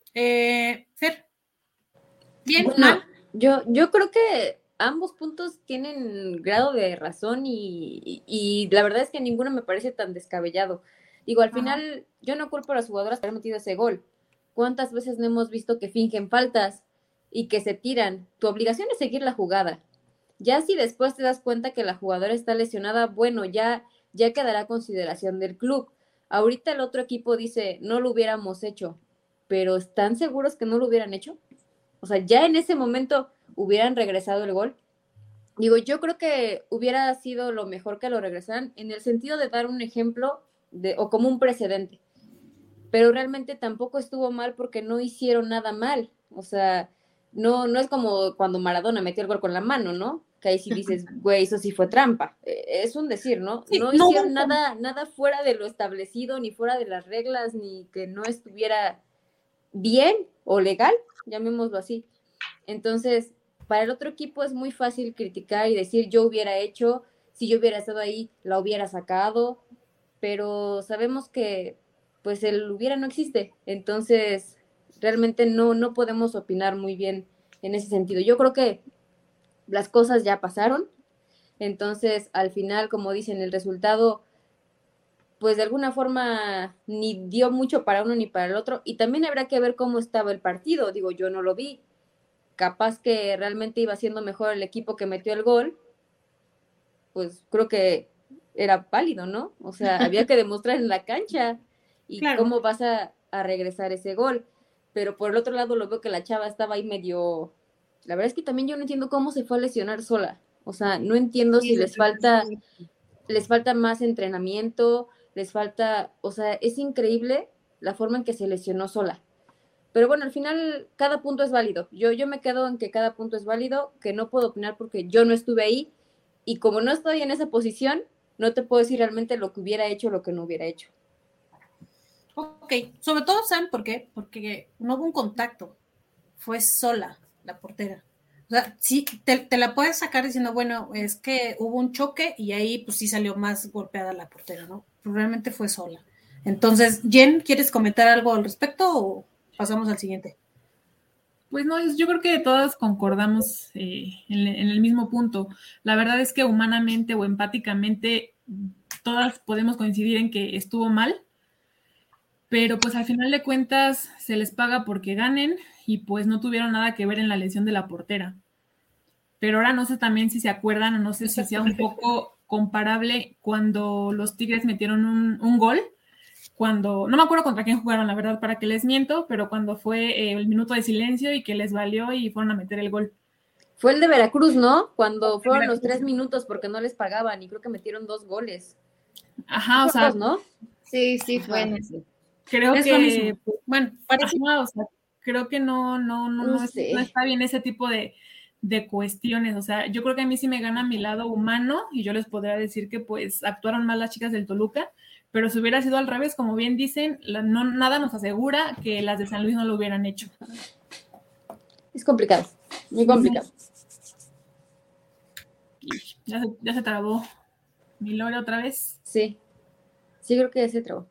Fer. Bien, bueno, mal. Yo creo que ambos puntos tienen grado de razón y la verdad es que ninguno me parece tan descabellado. Digo, al final, yo no culpo a las jugadoras por haber metido ese gol. ¿Cuántas veces no hemos visto que fingen faltas y que se tiran? Tu obligación es seguir la jugada. Ya si después te das cuenta que la jugadora está lesionada, bueno, ya quedará consideración del club. Ahorita el otro equipo dice, no lo hubiéramos hecho, pero ¿están seguros que no lo hubieran hecho? O sea, ya en ese momento hubieran regresado el gol. Digo, yo creo que hubiera sido lo mejor que lo regresaran en el sentido de dar un ejemplo o como un precedente. Pero realmente tampoco estuvo mal porque no hicieron nada mal. O sea, no es como cuando Maradona metió el gol con la mano, ¿no? Que ahí sí dices, güey, eso sí fue trampa. Es un decir, ¿no? Sí, No hicieron nada fuera de lo establecido, ni fuera de las reglas, ni que no estuviera bien o legal, llamémoslo así. Entonces, para el otro equipo es muy fácil criticar y decir, yo hubiera hecho, si yo hubiera estado ahí, la hubiera sacado, pero sabemos que pues el hubiera no existe, entonces realmente no podemos opinar muy bien en ese sentido. Yo creo que las cosas ya pasaron, entonces al final, como dicen, el resultado pues de alguna forma ni dio mucho para uno ni para el otro, y también habrá que ver cómo estaba el partido. Digo, yo no lo vi, capaz que realmente iba siendo mejor el equipo que metió el gol, pues creo que era válido, ¿no? O sea, había que demostrar en la cancha y Claro. cómo vas a regresar ese gol. Pero por el otro lado lo veo que la chava estaba ahí medio... La verdad es que también yo no entiendo cómo se fue a lesionar sola. O sea, no entiendo si les falta más entrenamiento, les falta... O sea, es increíble la forma en que se lesionó sola. Pero bueno, al final cada punto es válido. Yo me quedo en que cada punto es válido, que no puedo opinar porque yo no estuve ahí, y como no estoy en esa posición, no te puedo decir realmente lo que hubiera hecho o lo que no hubiera hecho. Ok, sobre todo, ¿saben por qué? Porque no hubo un contacto, fue sola la portera. O sea, sí, te la puedes sacar diciendo, bueno, es que hubo un choque y ahí pues sí salió más golpeada la portera, ¿no? Pero realmente fue sola. Entonces, Jen, ¿quieres comentar algo al respecto o pasamos al siguiente? Pues no, yo creo que todas concordamos en el mismo punto. La verdad es que humanamente o empáticamente todas podemos coincidir en que estuvo mal, pero pues al final de cuentas se les paga porque ganen y pues no tuvieron nada que ver en la lesión de la portera. Pero ahora no sé también si se acuerdan o no sé si sea un poco comparable cuando los Tigres metieron un gol, cuando, no me acuerdo contra quién jugaron, la verdad, para que les miento, pero cuando fue el minuto de silencio y que les valió y fueron a meter el gol. Fue el de Veracruz, ¿no? Cuando fueron los 3 minutos porque no les pagaban y creo que metieron 2 goles. Ajá, o sea, 2, ¿no? Sí, fue en ese. Creo es que, bueno, parece... o sea, creo que no está bien ese tipo de cuestiones. O sea, yo creo que a mí sí me gana mi lado humano y yo les podría decir que pues actuaron mal las chicas del Toluca, pero si hubiera sido al revés, como bien dicen, nada nos asegura que las de San Luis no lo hubieran hecho. Es complicado, muy complicado. Ya se trabó mi Lore otra vez. Sí, creo que ya se trabó.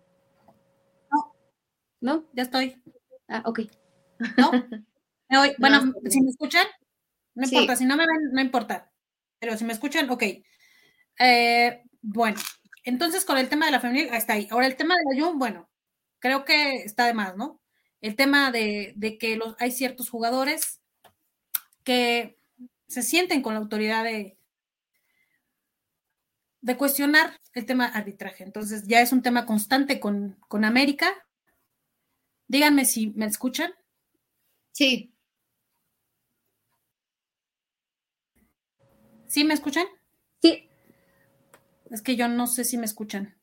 ¿No? Ya estoy. Ah, ok. ¿No? Bueno, No. si me escuchan, no Sí. importa, si no me ven, no importa. Pero si me escuchan, ok. Bueno, entonces con el tema de la femenil, está ahí. Ahora el tema de la Jun, bueno, creo que está de más, ¿no? El tema de que hay ciertos jugadores que se sienten con la autoridad de cuestionar el tema arbitraje. Entonces ya es un tema constante con América. Díganme si me escuchan. Sí. ¿Sí me escuchan? Sí. Es que yo no sé si me escuchan.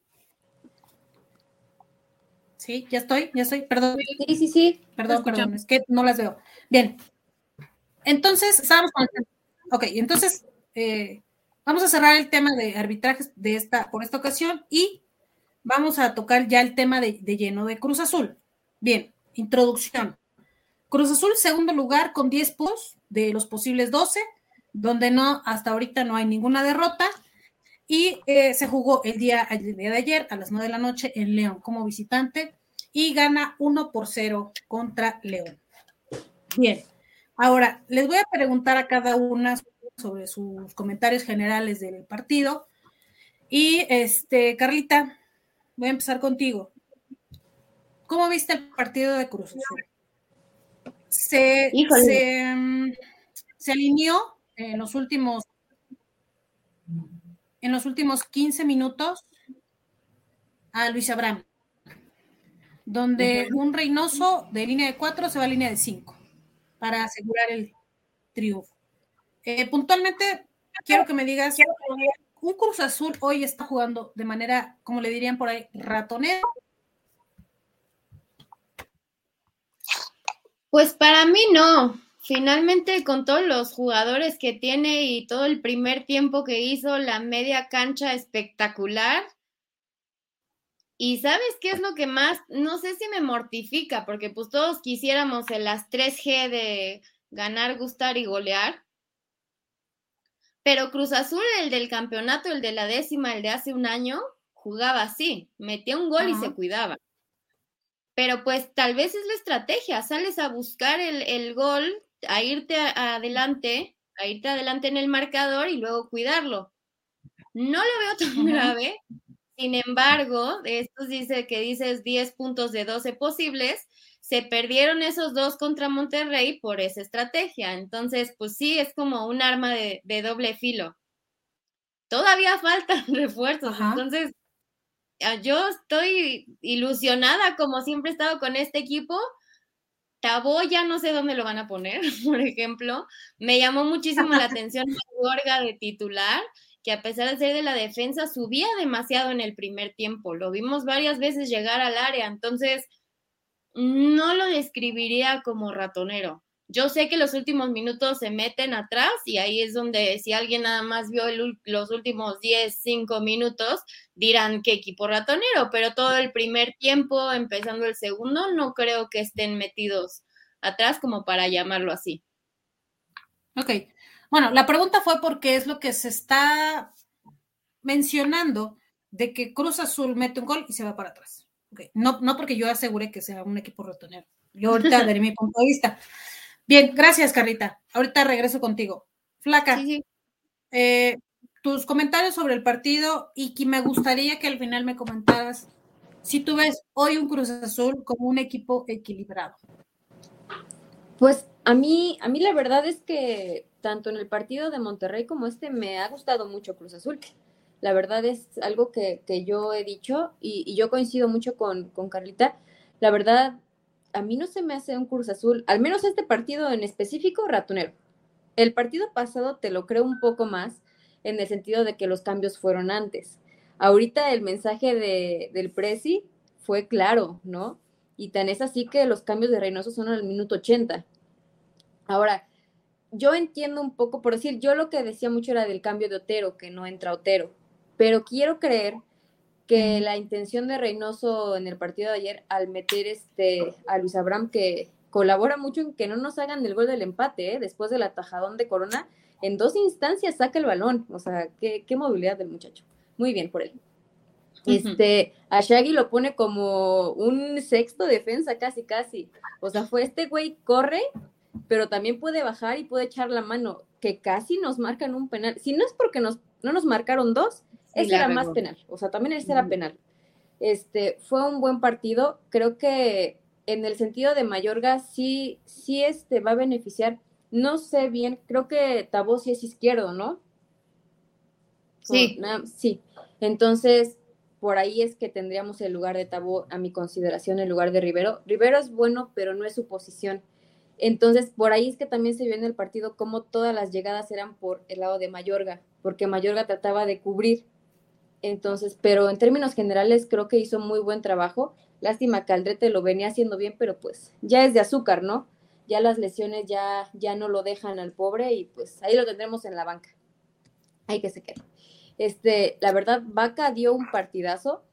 Sí, ya estoy, perdón. Sí. Perdón, es que no las veo. Bien. Entonces, estábamos con el tema. Ok, entonces, vamos a cerrar el tema de arbitrajes por esta ocasión y vamos a tocar ya el tema de lleno de Cruz Azul. Bien, introducción. Cruz Azul, segundo lugar con 10 puntos de los posibles 12, donde hasta ahorita no hay ninguna derrota. Y se jugó el día de ayer a las 9 de la noche en León como visitante y gana 1-0 contra León. Bien, ahora les voy a preguntar a cada una sobre sus comentarios generales del partido. Y Carlita, voy a empezar contigo. ¿Cómo viste el partido de Cruz Azul? Se alineó en los últimos 15 minutos a Luis Abraham, donde un Reynoso de línea de 4 se va a línea de 5 para asegurar el triunfo. Puntualmente, quiero que me digas, ¿un Cruz Azul hoy está jugando de manera, como le dirían por ahí, ratonero? Pues para mí no. Finalmente, con todos los jugadores que tiene y todo el primer tiempo que hizo, la media cancha espectacular. Y ¿sabes qué es lo que más? No sé si me mortifica, porque pues todos quisiéramos en las 3G de ganar, gustar y golear. Pero Cruz Azul, el del campeonato, el de la 10ª, el de hace un año, jugaba así, metía un gol y se cuidaba. Pero pues tal vez es la estrategia, sales a buscar el gol, a irte adelante en el marcador y luego cuidarlo. No lo veo tan grave, sin embargo, de estos dices 10 puntos de 12 posibles, se perdieron esos 2 contra Monterrey por esa estrategia. Entonces, pues sí, es como un arma de doble filo. Todavía faltan refuerzos, entonces yo estoy ilusionada, como siempre he estado con este equipo. Tabó ya no sé dónde lo van a poner, por ejemplo. Me llamó muchísimo la atención Gorga de titular, que a pesar de ser de la defensa, subía demasiado en el primer tiempo. Lo vimos varias veces llegar al área, entonces no lo describiría como ratonero. Yo sé que los últimos minutos se meten atrás y ahí es donde si alguien nada más vio los últimos 5 minutos, dirán qué equipo ratonero, pero todo el primer tiempo, empezando el segundo, no creo que estén metidos atrás como para llamarlo así. Ok, bueno, la pregunta fue porque es lo que se está mencionando de que Cruz Azul mete un gol y se va para atrás. Okay. No porque yo asegure que sea un equipo ratonero. Yo ahorita daré mi punto de vista. Bien, gracias, Carlita. Ahorita regreso contigo. Flaca, sí. Tus comentarios sobre el partido y que me gustaría que al final me comentaras si tú ves hoy un Cruz Azul como un equipo equilibrado. Pues a mí la verdad es que tanto en el partido de Monterrey como me ha gustado mucho Cruz Azul. La verdad es algo que yo he dicho y yo coincido mucho con Carlita. La verdad, a mí no se me hace un Cruz Azul, al menos este partido en específico, ratonero. El partido pasado te lo creo un poco más en el sentido de que los cambios fueron antes. Ahorita el mensaje del Presi fue claro, ¿no? Y tan es así que los cambios de Reynoso son al minuto 80. Ahora, yo entiendo un poco, por decir, yo lo que decía mucho era del cambio de Otero, que no entra Otero, pero quiero creer que la intención de Reynoso en el partido de ayer, al meter a Luis Abraham, que colabora mucho en que no nos hagan el gol del empate, después del atajadón de Corona, en 2 instancias saca el balón, o sea, qué movilidad del muchacho, muy bien por él. A Shaggy lo pone como un sexto defensa casi, o sea, este güey corre, pero también puede bajar y puede echar la mano, que casi nos marcan un penal, si no es porque no nos marcaron 2, ese era más penal, o sea, también ese era penal. Fue un buen partido, creo que en el sentido de Mayorga sí va a beneficiar, no sé bien, creo que Tabó sí es izquierdo, ¿no? Sí. Sí, entonces por ahí es que tendríamos el lugar de Tabó, a mi consideración, el lugar de Rivero. Rivero es bueno, pero no es su posición. Entonces, por ahí es que también se vio en el partido cómo todas las llegadas eran por el lado de Mayorga, porque Mayorga trataba de cubrir. Entonces, pero en términos generales creo que hizo muy buen trabajo. Lástima que Aldrete lo venía haciendo bien, pero pues ya es de azúcar, ¿no? Ya las lesiones ya no lo dejan al pobre y pues ahí lo tendremos en la banca. Ahí que se quede. La verdad, Vaca dio un partidazo.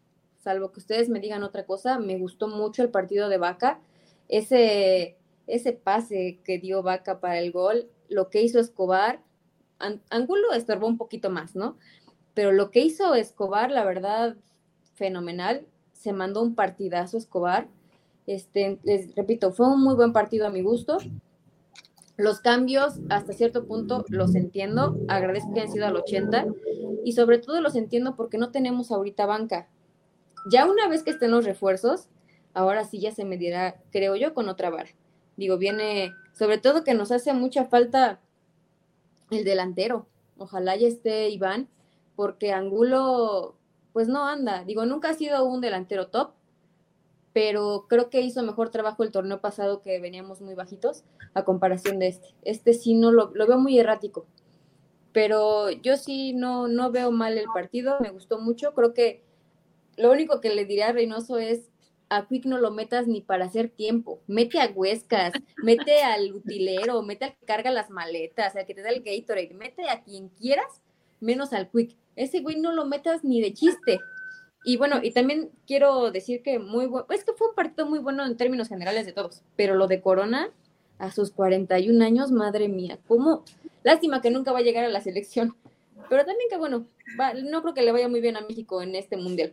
salvo que ustedes me digan otra cosa, me gustó mucho el partido de Vaca. Ese pase que dio Vaca para el gol, lo que hizo Escobar, Angulo estorbó un poquito más, ¿no? Pero lo que hizo Escobar, la verdad, fenomenal. Se mandó un partidazo Escobar. Les repito, fue un muy buen partido a mi gusto. Los cambios, hasta cierto punto, los entiendo. Agradezco que hayan sido al 80. Y sobre todo los entiendo porque no tenemos ahorita banca. Ya una vez que estén los refuerzos, ahora sí ya se medirá, creo yo, con otra vara. Digo, viene, sobre todo que nos hace mucha falta el delantero. Ojalá ya esté Iván, porque Angulo, pues no anda. Digo, nunca ha sido un delantero top, pero creo que hizo mejor trabajo el torneo pasado, que veníamos muy bajitos a comparación de este. Este sí no lo veo muy errático, pero yo sí no veo mal el partido, me gustó mucho. Creo que lo único que le diré a Reynoso es: a Quick no lo metas ni para hacer tiempo, mete a Huescas, mete al utilero, mete al que carga las maletas, al que te da el Gatorade, mete a quien quieras, menos al Quick. Ese güey no lo metas ni de chiste. Y bueno, y también quiero decir que es que fue un partido muy bueno en términos generales de todos, pero lo de Corona, a sus 41 años, madre mía, cómo, lástima que nunca va a llegar a la selección, pero también que bueno, no creo que le vaya muy bien a México en este mundial.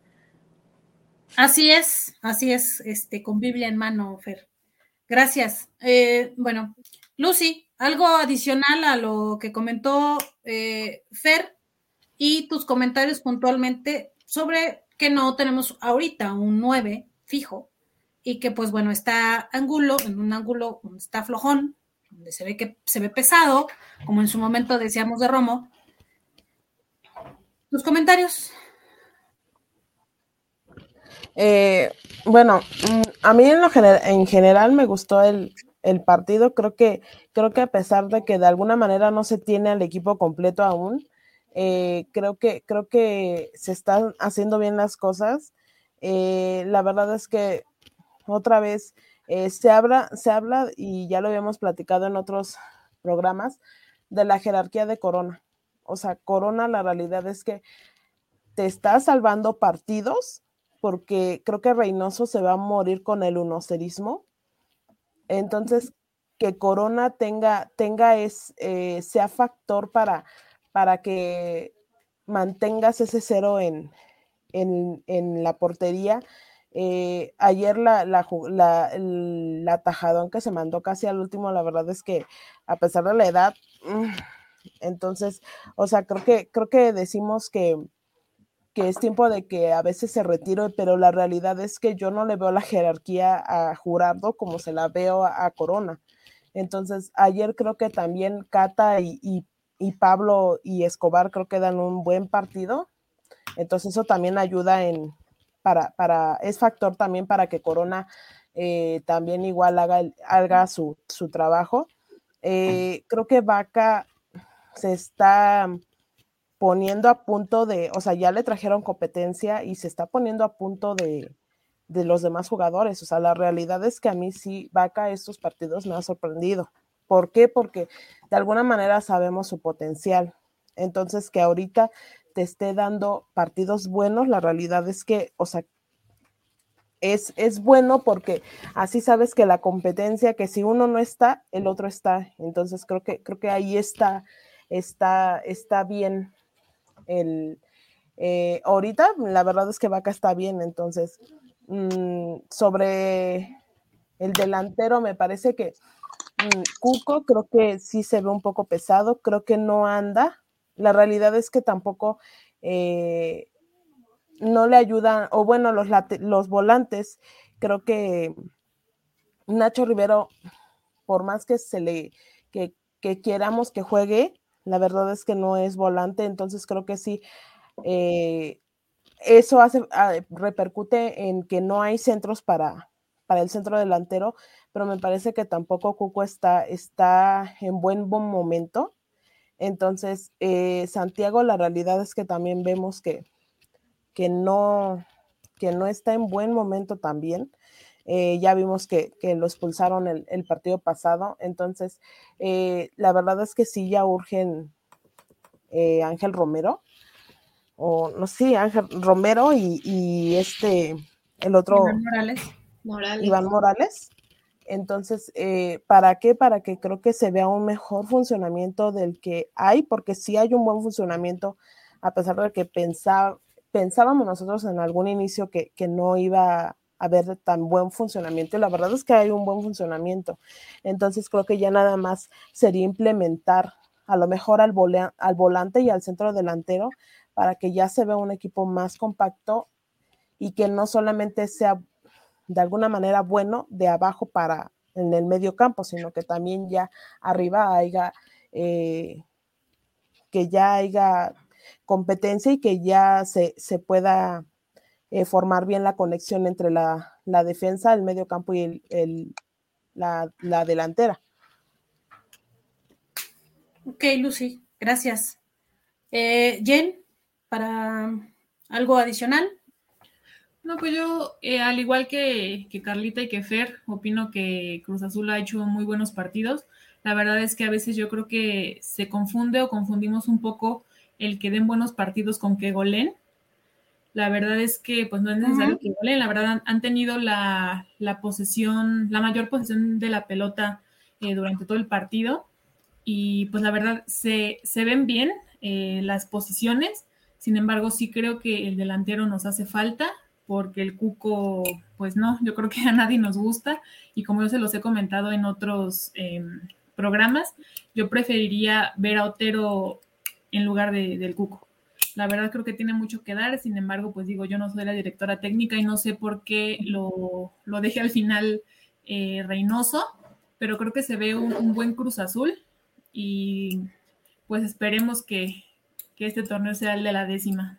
Así es, con Biblia en mano, Fer. Gracias. Bueno, Lucy, algo adicional a lo que comentó Fer y tus comentarios puntualmente sobre que no tenemos ahorita un 9 fijo y que pues bueno, está Angulo, en un ángulo donde está flojón, donde se ve pesado, como en su momento decíamos de Romo. ¿Tus comentarios? Bueno, a mí en general me gustó el partido. Creo que a pesar de que de alguna manera no se tiene al equipo completo aún, creo que se están haciendo bien las cosas. La verdad es que otra vez se habla, y ya lo habíamos platicado en otros programas, de la jerarquía de Corona. O sea, Corona, la realidad es que te está salvando partidos, porque creo que Reynoso se va a morir con el unocerismo. Entonces, que Corona sea factor para que mantengas ese cero en la portería. Ayer el atajadón que se mandó casi al último, la verdad es que a pesar de la edad, entonces, o sea, creo que decimos que es tiempo de que a veces se retire, pero la realidad es que yo no le veo la jerarquía a Jurado como se la veo a Corona. Entonces, ayer creo que también Cata y Pablo y Escobar creo que dan un buen partido. Entonces, eso también ayuda es factor también para que Corona también igual haga su trabajo. Creo que Vaca se está poniendo a punto o sea, ya le trajeron competencia y se está poniendo a punto de los demás jugadores. O sea, la realidad es que a mí sí, Vaca estos partidos me ha sorprendido. ¿Por qué? Porque de alguna manera sabemos su potencial. Entonces, que ahorita te esté dando partidos buenos, la realidad es que, o sea, es bueno porque así sabes que la competencia, que si uno no está, el otro está. Entonces, creo que ahí está bien. Ahorita la verdad es que Vaca está bien. Entonces, sobre el delantero, me parece que Cuco creo que sí se ve un poco pesado, creo que no anda. La realidad es que tampoco no le ayudan, o bueno, los volantes. Creo que Nacho Rivero, por más que que queramos que juegue, la verdad es que no es volante. Entonces creo que sí, eso repercute en que no hay centros para el centro delantero, pero me parece que tampoco Cuco está en buen momento. Entonces, Santiago, la realidad es que también vemos que no está en buen momento también. Ya vimos que lo expulsaron el partido pasado. Entonces, la verdad es que sí ya urgen Ángel Romero. o no sé, Ángel Romero y el otro, Iván Morales. Entonces, ¿para qué? Para que creo que se vea un mejor funcionamiento del que hay, porque sí hay un buen funcionamiento, a pesar de que pensábamos nosotros en algún inicio que no iba a haber tan buen funcionamiento, y la verdad es que hay un buen funcionamiento. Entonces creo que ya nada más sería implementar a lo mejor al volante y al centro delantero para que ya se vea un equipo más compacto y que no solamente sea de alguna manera bueno de abajo para en el medio campo, sino que también ya arriba haya que ya haya competencia y que ya se pueda formar bien la conexión entre la defensa, el medio campo y la delantera. Ok, Lucy, gracias. Jen, ¿para algo adicional? No, pues yo, al igual que Carlita y que Fer, opino que Cruz Azul ha hecho muy buenos partidos. La verdad es que a veces yo creo que se confunde o confundimos un poco el que den buenos partidos con que golen. La verdad es que pues no es necesario que golen, la verdad han tenido la posesión, la mayor posesión de la pelota durante todo el partido y pues la verdad se ven bien las posiciones, sin embargo sí creo que el delantero nos hace falta porque el Cuco, pues no, yo creo que a nadie nos gusta y como yo se los he comentado en otros programas, yo preferiría ver a Otero en lugar del Cuco. La verdad creo que tiene mucho que dar, sin embargo, pues digo, yo no soy la directora técnica y no sé por qué lo dejé al final Reynoso, pero creo que se ve un buen Cruz Azul y pues esperemos que este torneo sea el de la 10ª.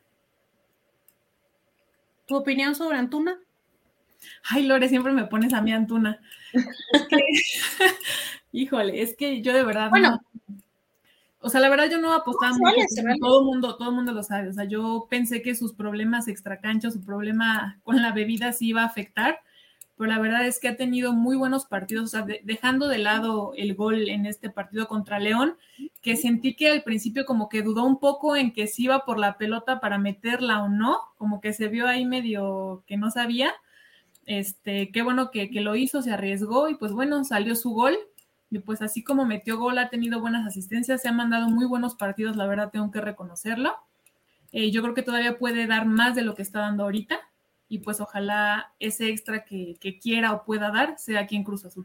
¿Tu opinión sobre Antuna? Ay, Lore, siempre me pones a mí Antuna. Es que, híjole, es que yo de verdad bueno, no. O sea, la verdad yo no apostaba mucho, todo el mundo lo sabe. O sea, yo pensé que sus problemas extracancha, su problema con la bebida sí iba a afectar, pero la verdad es que ha tenido muy buenos partidos, o sea, dejando de lado el gol en este partido contra León, que sentí que al principio como que dudó un poco en que si iba por la pelota para meterla o no, como que se vio ahí medio que no sabía. Qué bueno que lo hizo, se arriesgó y pues bueno, salió su gol. Y pues así como metió gol, ha tenido buenas asistencias, se han mandado muy buenos partidos, la verdad tengo que reconocerlo. Yo creo que todavía puede dar más de lo que está dando ahorita y pues ojalá ese extra que quiera o pueda dar sea aquí en Cruz Azul.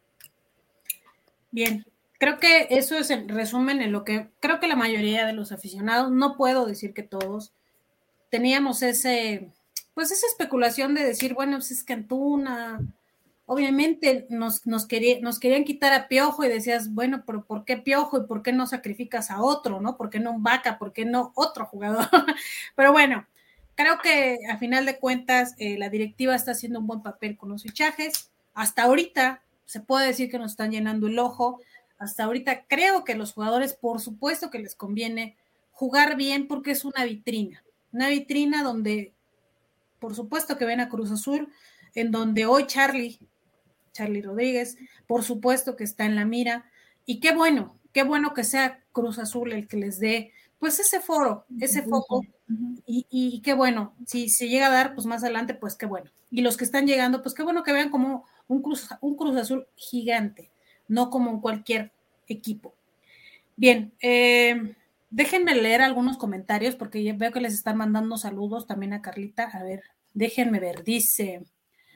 Bien, creo que eso es el resumen en lo que creo que la mayoría de los aficionados, no puedo decir que todos, teníamos esa especulación de decir, bueno, pues es que Antuna, obviamente nos querían quitar a Piojo y decías, bueno, pero ¿por qué Piojo y por qué no sacrificas a otro, no? ¿Por qué no un Vaca? ¿Por qué no otro jugador? Pero bueno, creo que a final de cuentas la directiva está haciendo un buen papel con los fichajes. Hasta ahorita se puede decir que nos están llenando el ojo. Hasta ahorita creo que los jugadores, por supuesto que les conviene jugar bien porque es una vitrina donde, por supuesto que ven a Cruz Azul, en donde hoy Charlie Rodríguez, por supuesto que está en la mira, y qué bueno que sea Cruz Azul el que les dé, pues ese foro, ese foco, y qué bueno, si se llega a dar, pues más adelante, pues qué bueno, y los que están llegando, pues qué bueno que vean como un Cruz Azul gigante, no como en cualquier equipo. Bien, déjenme leer algunos comentarios, porque ya veo que les están mandando saludos también a Carlita, a ver, déjenme ver, dice...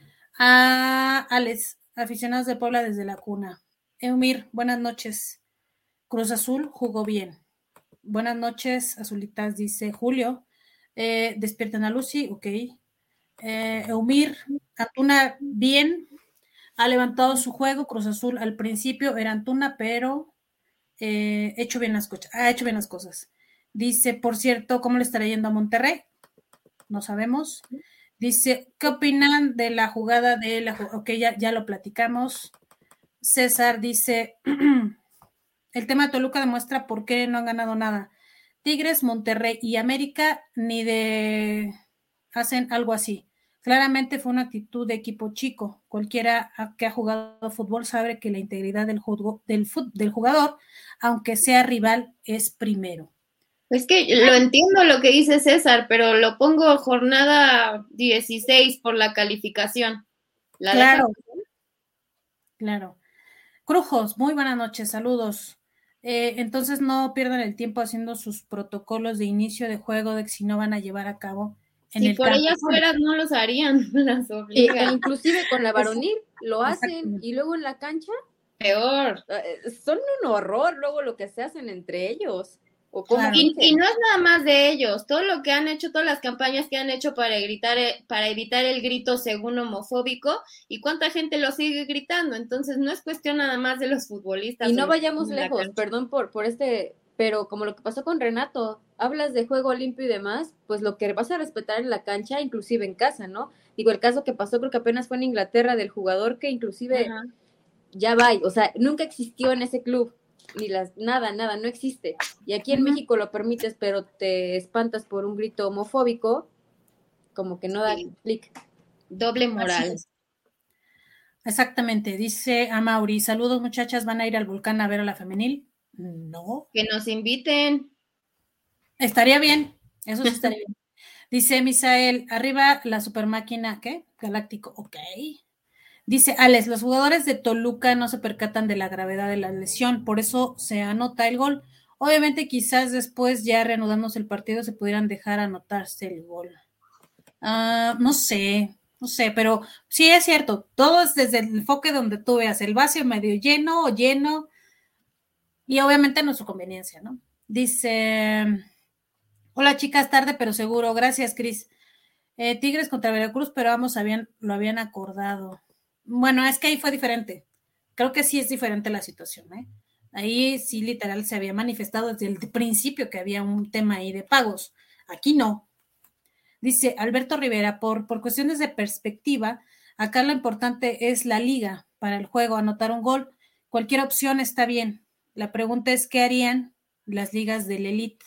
Alex, aficionados de Puebla desde la cuna. Eumir, buenas noches. Cruz Azul jugó bien. Buenas noches, Azulitas, dice Julio. Despierten a Lucy, ok. Eumir, Antuna bien, ha levantado su juego. Cruz Azul al principio era Antuna, pero ha hecho bien las cosas. Dice, por cierto, ¿cómo le estará yendo a Monterrey? No sabemos. Dice, ¿qué opinan de la jugada de la... Ok, ya lo platicamos. César dice, el tema de Toluca demuestra por qué no han ganado nada. Tigres, Monterrey y América ni de... hacen algo así. Claramente fue una actitud de equipo chico. Cualquiera que ha jugado fútbol sabe que la integridad del jugador, aunque sea rival, es primero. Es que lo entiendo lo que dice César, pero lo pongo jornada 16 por la calificación. ¿La Claro, dejan? claro. Crujos, muy buenas noches, saludos. Entonces no pierdan el tiempo haciendo sus protocolos de inicio de juego de que si no van a llevar a cabo en Si el por ellas campo. fueras no los harían, las E obligan. inclusive con la varonil lo hacen Exactamente. y luego en la cancha Peor. son un horror luego lo que se hacen entre ellos o cómo Claro. Y no es nada más de ellos, todo lo que han hecho, todas las campañas que han hecho para evitar el grito según homofóbico, y cuánta gente lo sigue gritando. Entonces no es cuestión nada más de los futbolistas. Y o no los que vayamos están en la lejos, cancha. perdón por pero como lo que pasó con Renato, hablas de juego limpio y demás, pues lo que vas a respetar en la cancha, inclusive en casa, ¿no? Digo, el caso que pasó creo que apenas fue en Inglaterra del jugador que inclusive Ajá. ya va, o sea, nunca existió en ese club, nada, no existe. Y aquí en México lo permites, pero te espantas por un grito homofóbico, como que no da Sí. clic. Doble Así moral. es. Exactamente, dice Amauri, saludos muchachas, ¿van a ir al volcán a ver a la femenil? No. Que nos inviten. Estaría bien, eso sí estaría bien. Dice Misael, arriba la super máquina, ¿qué? Galáctico, ok. Dice Alex, los jugadores de Toluca no se percatan de la gravedad de la lesión, por eso se anota el gol. Obviamente quizás después, ya reanudándose el partido, se pudieran dejar anotarse el gol. No sé, pero sí es cierto, todo es desde el enfoque donde tú veas el vaso medio lleno o lleno, y obviamente no su conveniencia, ¿no? Dice, hola chicas, tarde pero seguro, gracias Cris. Tigres contra Veracruz, pero ambos lo habían acordado. Bueno, es que ahí fue diferente. Creo que sí es diferente la situación, ¿eh? Ahí sí literal se había manifestado desde el principio que había un tema ahí de pagos. Aquí no. Dice Alberto Rivera, por cuestiones de perspectiva, acá lo importante es la liga para el juego, anotar un gol. Cualquier opción está bien. La pregunta es, ¿qué harían las ligas del Elite?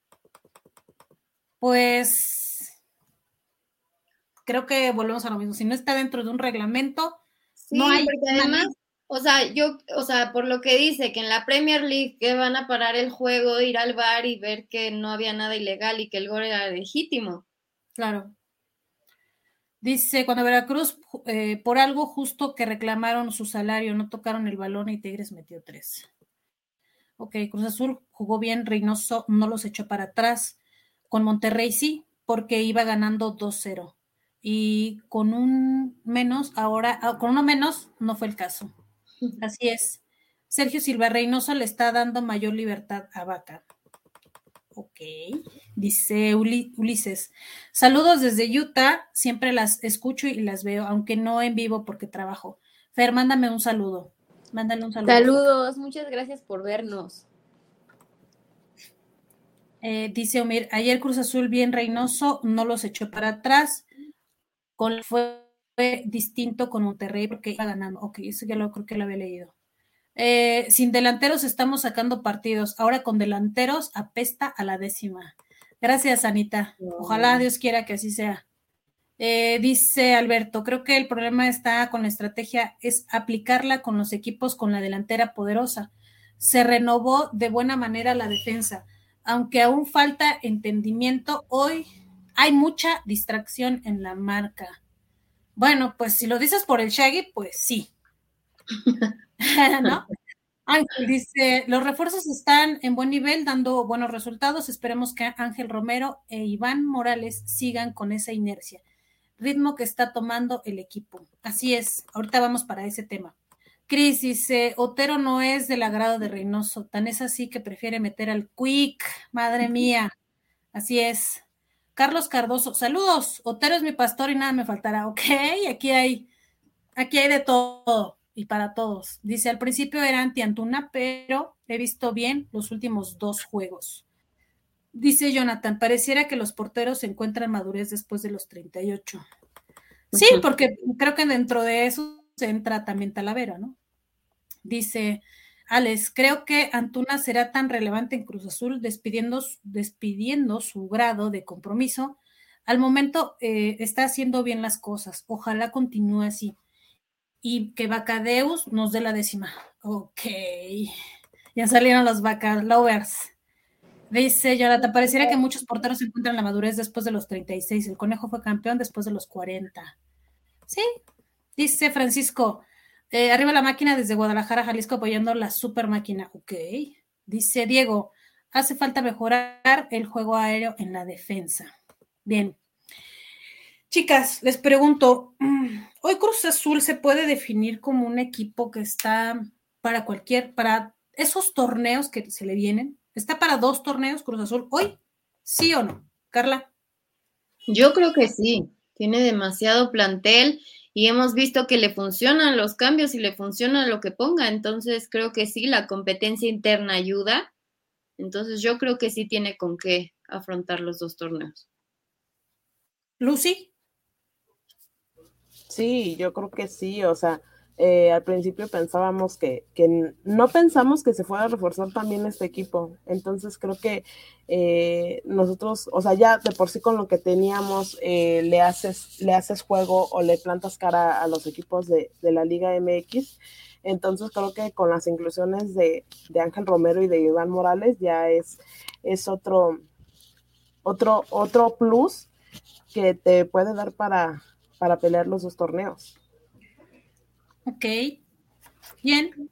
Pues creo que volvemos a lo mismo. Si no está dentro de un reglamento, no Sí, hay porque una además, ley. o sea, por lo que dice que en la Premier League que van a parar el juego, ir al VAR y ver que no había nada ilegal y que el gol era legítimo. Claro. Dice, cuando Veracruz, por algo justo que reclamaron su salario, no tocaron el balón y Tigres metió 3. Ok, Cruz Azul jugó bien, Reynoso no los echó para atrás. Con Monterrey sí, porque iba ganando 2-0. Y con un menos, con uno menos, no fue el caso. Así es. Sergio Silva Reynoso le está dando mayor libertad a Vaca. Ok, dice Ulises. Saludos desde Utah, siempre las escucho y las veo, aunque no en vivo porque trabajo. Fer, mándame un saludo. Mándale un saludo. Saludos, muchas gracias por vernos. Dice Omir, ayer Cruz Azul bien Reynoso, no los echó para atrás, fue distinto con Monterrey porque iba ganando. Ok, eso ya lo creo que lo había leído. Sin delanteros estamos sacando partidos, ahora con delanteros apesta a la 10ª. Gracias, Anita. Ojalá Dios quiera que así sea. Dice Alberto, creo que el problema está con la estrategia, es aplicarla con los equipos con la delantera poderosa. Se renovó de buena manera la defensa, aunque aún falta entendimiento, hoy hay mucha distracción en la marca. Bueno, pues si lo dices por el Shaggy, pues sí. ¿No? Ángel dice, los refuerzos están en buen nivel, dando buenos resultados. Esperemos que Ángel Romero e Iván Morales sigan con esa inercia. Ritmo que está tomando el equipo. Así es, ahorita vamos para ese tema. Cris dice, Otero no es del agrado de Reynoso, tan es así que prefiere meter al Quick, madre mía. Así es. Carlos Cardoso, saludos, Otero es mi pastor y nada me faltará. Ok, aquí hay de todo y para todos. Dice, al principio era anti-Antuna, pero he visto bien los últimos 2 juegos. Dice Jonathan, pareciera que los porteros encuentran madurez después de los 38. Sí, porque creo que dentro de eso se entra también Talavera, ¿no? Dice Alex, creo que Antuna será tan relevante en Cruz Azul despidiendo su grado de compromiso. Al momento está haciendo bien las cosas. Ojalá continúe así. Y que Vacadeus nos dé la 10ª. Ok. Ya salieron los Vaca Lovers. Dice Jonathan, pareciera que muchos porteros encuentran la madurez después de los 36. El Conejo fue campeón después de los 40. Sí, dice Francisco, arriba la máquina desde Guadalajara, Jalisco, apoyando la super máquina. Ok. Dice Diego, hace falta mejorar el juego aéreo en la defensa. Bien. Chicas, les pregunto, ¿hoy Cruz Azul se puede definir como un equipo que está para esos torneos que se le vienen? ¿Está para 2 torneos Cruz Azul hoy? ¿Sí o no? Carla. Yo creo que sí, tiene demasiado plantel y hemos visto que le funcionan los cambios y le funciona lo que ponga, entonces creo que sí, la competencia interna ayuda, entonces yo creo que sí tiene con qué afrontar los 2 torneos. Lucy. Sí, yo creo que sí, o sea, al principio pensábamos que no pensamos que se fuera a reforzar también este equipo, entonces creo que nosotros, o sea, ya de por sí con lo que teníamos le haces juego o le plantas cara a los equipos de la Liga MX, entonces creo que con las inclusiones de Ángel Romero y de Iván Morales ya es otro plus que te puede dar para pelear los 2 torneos. Ok. Bien.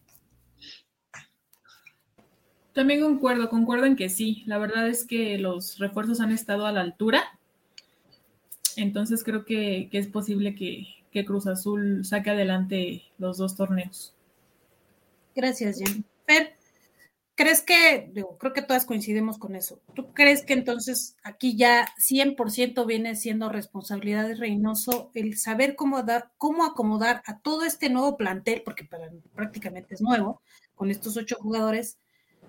También concuerdo en que sí. La verdad es que los refuerzos han estado a la altura. Entonces creo que es posible que Cruz Azul saque adelante los 2 torneos. Gracias, Jen. Fer, ¿crees que, creo que todas coincidimos con eso, ¿tú crees que entonces aquí ya 100% viene siendo responsabilidad de Reynoso el saber cómo acomodar a todo este nuevo plantel, porque prácticamente es nuevo, con estos 8 jugadores?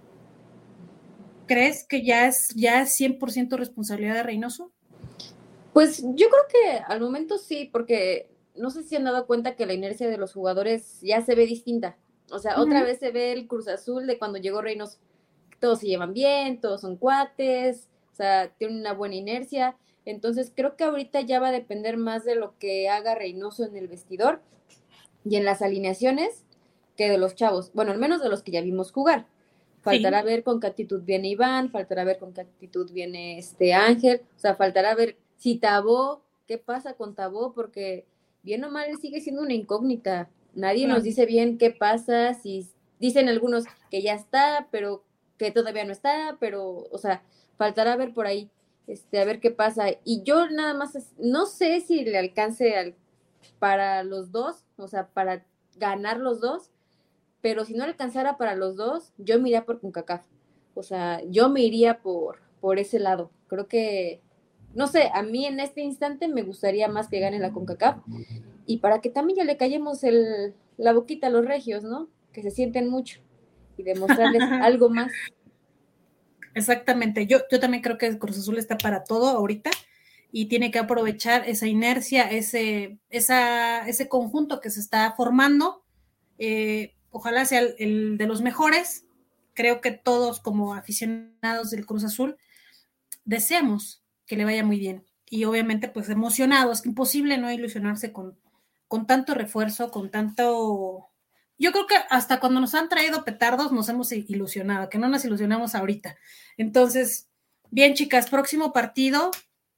¿Crees que ya es 100% responsabilidad de Reynoso? Pues yo creo que al momento sí, porque no sé si han dado cuenta que la inercia de los jugadores ya se ve distinta. O sea, otra vez se ve el Cruz Azul de cuando llegó Reynoso. Todos se llevan bien, todos son cuates, o sea, tienen una buena inercia. Entonces creo que ahorita ya va a depender más de lo que haga Reynoso en el vestidor y en las alineaciones que de los chavos. Bueno, al menos de los que ya vimos jugar. Faltará ver con qué actitud viene Iván, faltará ver con qué actitud viene Ángel, o sea, faltará ver si Tabó, qué pasa con Tabó, porque bien o mal sigue siendo una incógnita. Nadie nos dice bien qué pasa, si dicen algunos que ya está, pero que todavía no está, pero, o sea, faltará ver por ahí, a ver qué pasa. Y yo nada más, no sé si le alcance para los 2, o sea, para ganar los 2, pero si no alcanzara para los 2, yo me iría por CONCACAF. O sea, yo me iría por ese lado. Creo que, no sé, a mí en este instante me gustaría más que gane la CONCACAF y para que también ya le callemos la boquita a los regios, ¿no? Que se sienten mucho y demostrarles algo más. Exactamente, yo también creo que el Cruz Azul está para todo ahorita y tiene que aprovechar esa inercia, ese conjunto que se está formando. Ojalá sea el de los mejores. Creo que todos como aficionados del Cruz Azul deseamos que le vaya muy bien y obviamente pues emocionados, es imposible no ilusionarse con tanto refuerzo, con tanto... Yo creo que hasta cuando nos han traído petardos nos hemos ilusionado, que no nos ilusionamos ahorita. Entonces, bien chicas, próximo partido,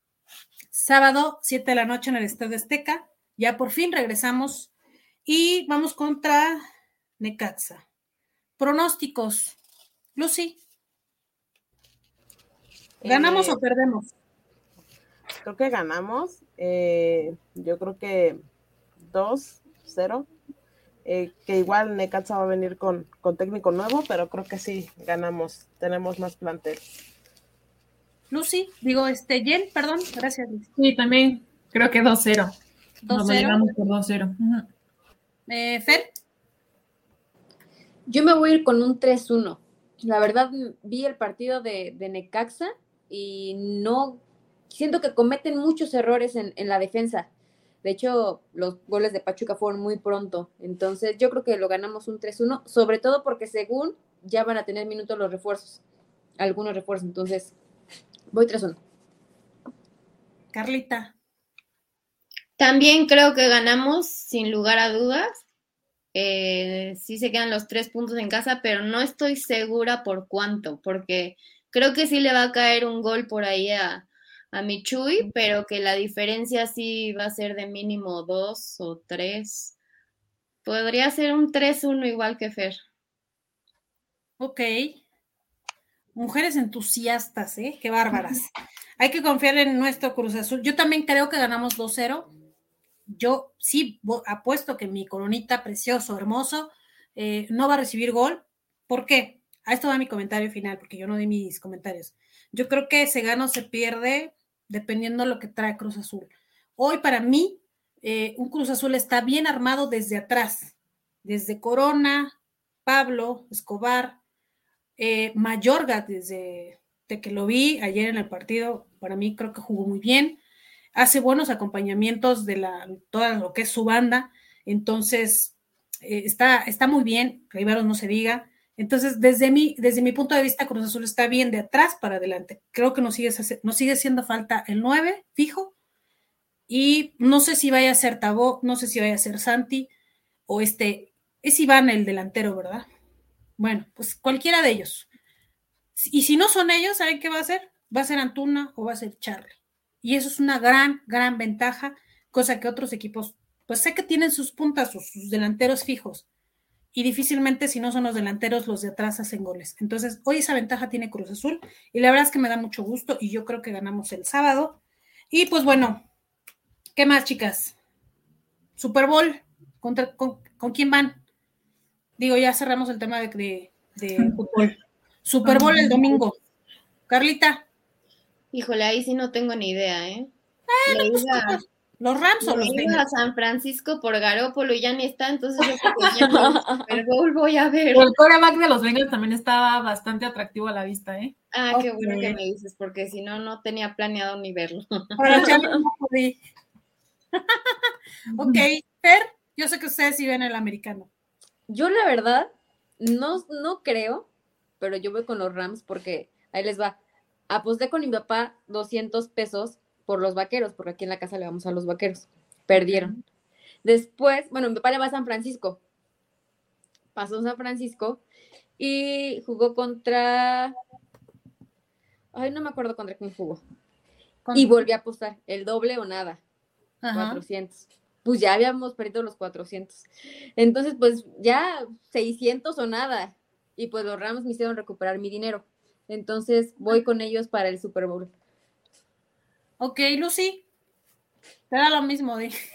sábado, 7 de la noche en el Estadio Azteca, ya por fin regresamos y vamos contra Necaxa. Pronósticos, Lucy. ¿Ganamos o perdemos? Creo que ganamos. Yo creo que 2-0. Que igual Necaxa va a venir con técnico nuevo, pero creo que sí, ganamos. Tenemos más plantel. Lucy, Jen, perdón, gracias. Sí, también creo que 2-0. 2-0. Nos lo llevamos por 2-0. Fer. Yo me voy a ir con un 3-1. La verdad, vi el partido de Necaxa y no siento que cometen muchos errores en la defensa. De hecho, los goles de Pachuca fueron muy pronto. Entonces, yo creo que lo ganamos un 3-1, sobre todo porque según ya van a tener minutos los refuerzos. Algunos refuerzos. Entonces, voy 3-1. Carlita. También creo que ganamos, sin lugar a dudas. Sí se quedan los 3 puntos en casa, pero no estoy segura por cuánto, porque Creo que sí le va a caer un gol por ahí a mi Chuy, pero que la diferencia sí va a ser de mínimo 2 o 3. Podría ser un 3-1 igual que Fer. Ok. Mujeres entusiastas, ¿eh? Qué bárbaras. Hay que confiar en nuestro Cruz Azul. Yo también creo que ganamos 2-0. Yo sí apuesto que mi coronita precioso, hermoso, no va a recibir gol. ¿Por qué? A esto va mi comentario final, porque yo no di mis comentarios. Yo creo que se gana o se pierde dependiendo de lo que trae Cruz Azul. Hoy para mí, un Cruz Azul está bien armado desde atrás, desde Corona, Pablo, Escobar, Mayorga, desde que lo vi ayer en el partido, para mí creo que jugó muy bien, hace buenos acompañamientos de todo lo que es su banda, entonces está muy bien, Riveros no se diga. Entonces, desde mi punto de vista, Cruz Azul está bien de atrás para adelante. Creo que nos sigue haciendo falta el 9 fijo, y no sé si vaya a ser Tabó, no sé si vaya a ser Santi, o es Iván el delantero, ¿verdad? Bueno, pues cualquiera de ellos. Y si no son ellos, ¿saben qué va a ser? Va a ser Antuna o va a ser Charlie. Y eso es una gran, gran ventaja, cosa que otros equipos, pues sé que tienen sus puntas, sus delanteros fijos, y difícilmente si no son los delanteros, los de atrás hacen goles. Entonces, hoy esa ventaja tiene Cruz Azul, y la verdad es que me da mucho gusto, y yo creo que ganamos el sábado. Y pues bueno, ¿qué más, chicas? Super Bowl, ¿con quién van? Digo, ya cerramos el tema de fútbol. Super Bowl el domingo. Carlita. Híjole, ahí sí no tengo ni idea, ¿eh? ¿Los Rams o los Bengals? A San Francisco por Garópolo y ya ni está, entonces yo creo que ya ni el Super Bowl voy a ver. El quarterback de los Bengals también estaba bastante atractivo a la vista, ¿eh? Ah, qué bueno que me dices, porque si no, no tenía planeado ni verlo. Para Charlie no podí. Ok, Fer, yo sé que ustedes sí ven el americano. Yo la verdad no creo, pero yo voy con los Rams porque ahí les va. Aposté con mi papá 200 pesos por los Vaqueros, porque aquí en la casa le vamos a los Vaqueros. Perdieron. Después, bueno, mi papá le va a San Francisco. Pasó San Francisco y jugó contra... Ay, no me acuerdo contra quién jugó. Y volví a apostar el doble o nada. Ajá. 400. Pues ya habíamos perdido los 400. Entonces, pues ya 600 o nada. Y pues los Rams me hicieron recuperar mi dinero. Entonces voy con ellos para el Super Bowl. Ok, Lucy. Te da lo mismo,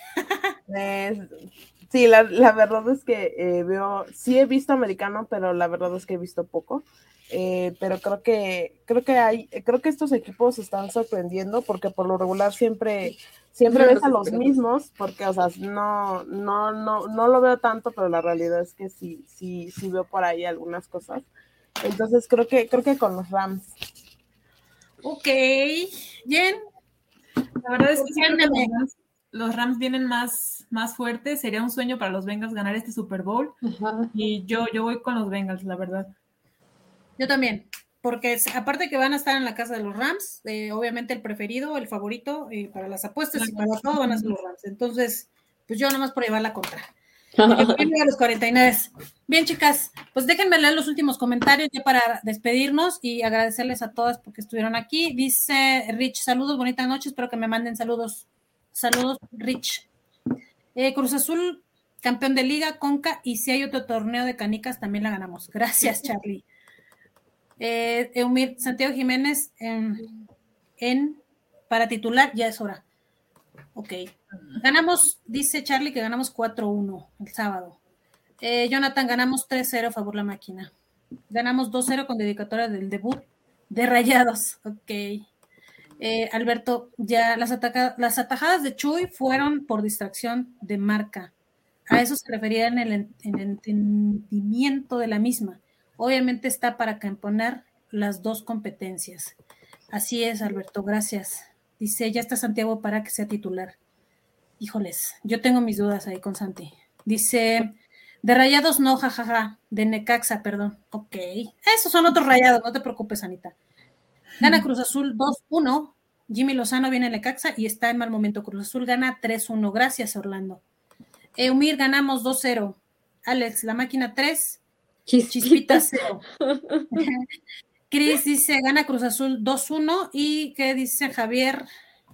Sí, la verdad es que sí he visto americano, pero la verdad es que he visto poco. Pero creo que estos equipos están sorprendiendo porque por lo regular siempre ves a los mismos, porque, o sea, no lo veo tanto, pero la realidad es que sí veo por ahí algunas cosas. Entonces creo que con los Rams. Ok, Jen. La verdad es que los Rams vienen más fuertes. Sería un sueño para los Bengals ganar este Super Bowl. Ajá. Y yo voy con los Bengals, la verdad. Yo también, porque aparte que van a estar en la casa de los Rams, obviamente el preferido, el favorito para las apuestas y para todo van a ser los Rams. Entonces, pues yo nomás por llevar la contra. Yo a los 49. Bien, chicas, pues déjenme leer los últimos comentarios ya para despedirnos y agradecerles a todas porque estuvieron aquí. Dice Rich, saludos, bonita noche, espero que me manden saludos. Saludos, Rich. Cruz Azul, campeón de liga, Conca, y si hay otro torneo de canicas, también la ganamos. Gracias, Charlie. Eumir, Santiago Jiménez para titular, ya es hora. Ok. Ganamos, dice Charlie que ganamos 4-1 el sábado. Jonathan, ganamos 3-0 a favor la máquina. Ganamos 2-0 con dedicatoria del debut de Rayados. Ok. Alberto, ya las atajadas de Chuy fueron por distracción de marca. A eso se refería en el entendimiento de la misma. Obviamente está para componer las dos competencias. Así es, Alberto, gracias. Dice, ya está Santiago para que sea titular. Híjoles, yo tengo mis dudas ahí con Santi. Dice, de Rayados no, jajaja, de Necaxa, perdón. Ok, esos son otros Rayados, no te preocupes, Anita. Gana Cruz Azul 2-1, Jimmy Lozano viene a Necaxa y está en mal momento. Cruz Azul gana 3-1, gracias, Orlando. Eumir, ganamos 2-0. Alex, la máquina 3, Chispita 0. Cris dice, gana Cruz Azul 2-1. ¿Y qué dice Javier?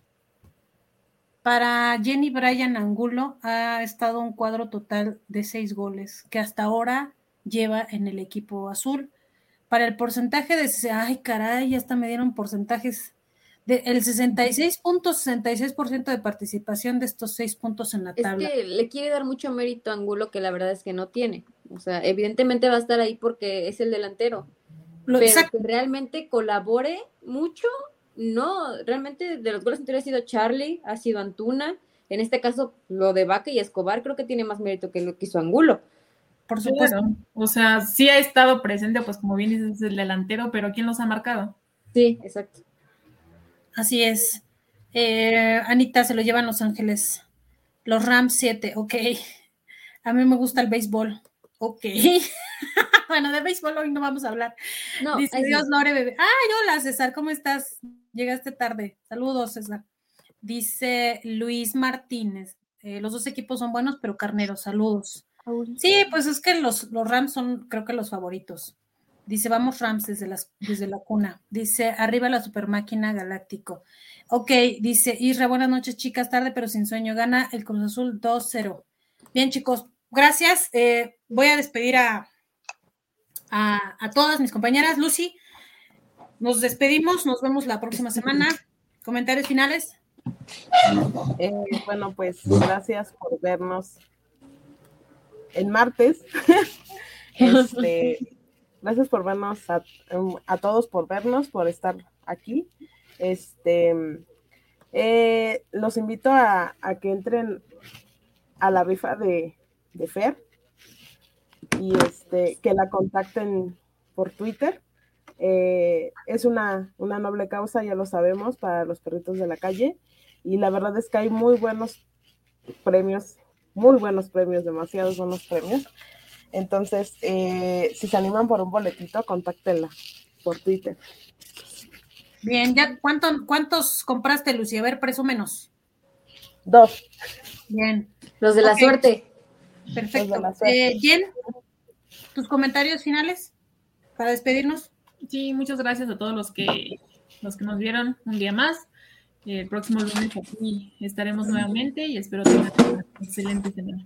Para Jenny Bryan Angulo ha estado un cuadro total de 6 goles, que hasta ahora lleva en el equipo azul. Para el porcentaje de... Ay, caray, hasta me dieron porcentajes. El 66.66% de participación de estos 6 puntos en la tabla. Es que le quiere dar mucho mérito a Angulo, que la verdad es que no tiene. O sea, evidentemente va a estar ahí porque es el delantero. Pero Exacto. que realmente colabore mucho, no. Realmente de los goles anteriores ha sido Charlie, ha sido Antuna. En este caso, lo de Vaca y Escobar creo que tiene más mérito que lo que hizo Angulo. Por supuesto. Claro. O sea, sí ha estado presente, pues como bien dices, el delantero, pero ¿quién los ha marcado? Sí, exacto. Así es. Anita se lo llevan Los Ángeles. Los Rams 7, ok. A mí me gusta el béisbol. Ok. Bueno, de béisbol hoy no vamos a hablar. No, dice Dios Lore, bebé. Ay, hola, César, ¿cómo estás? Llegaste tarde. Saludos, César. Dice Luis Martínez. Los dos equipos son buenos, pero carneros. Saludos. Sí, pues es que los Rams son, creo que los favoritos. Dice, vamos Rams desde la cuna. Dice, arriba la super máquina galáctico. Ok, dice, Isra, buenas noches, chicas, tarde pero sin sueño. Gana el Cruz Azul 2-0. Bien, chicos, gracias. Voy a despedir a todas mis compañeras. Lucy, nos despedimos, nos vemos la próxima semana. ¿Comentarios finales? Bueno, pues gracias por vernos el martes. Gracias por vernos a todos, por vernos, por estar aquí. Los invito a que entren a la rifa de Fer y que la contacten por Twitter. Es una noble causa, ya lo sabemos, para los perritos de la calle, y la verdad es que hay muy buenos premios, demasiados buenos premios. Entonces, si se animan por un boletito, contáctenla por Twitter. Bien, ya ¿cuántos compraste, Lucy? A ver, presúmenos. 2. Bien. Los de la suerte. Perfecto. Los de la suerte. Jen, ¿tus comentarios finales para despedirnos? Sí, muchas gracias a todos los que nos vieron un día más. El próximo lunes aquí estaremos nuevamente y espero tengan una excelente semana.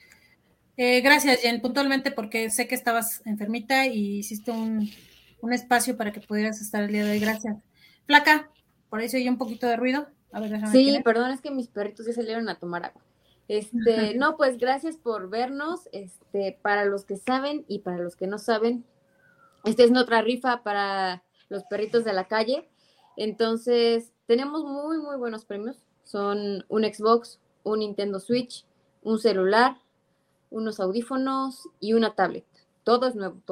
Gracias, Jen, puntualmente porque sé que estabas enfermita y hiciste un espacio para que pudieras estar el día de hoy. Gracias. Flaca, por ahí se oye un poquito de ruido. A ver, déjame. Sí, perdón, es que mis perritos ya salieron a tomar agua. No, pues gracias por vernos. Para los que saben y para los que no saben, esta es otra rifa para los perritos de la calle. Entonces, tenemos muy, muy buenos premios. Son un Xbox, un Nintendo Switch, un celular, unos audífonos y una tablet. Todo es nuevo,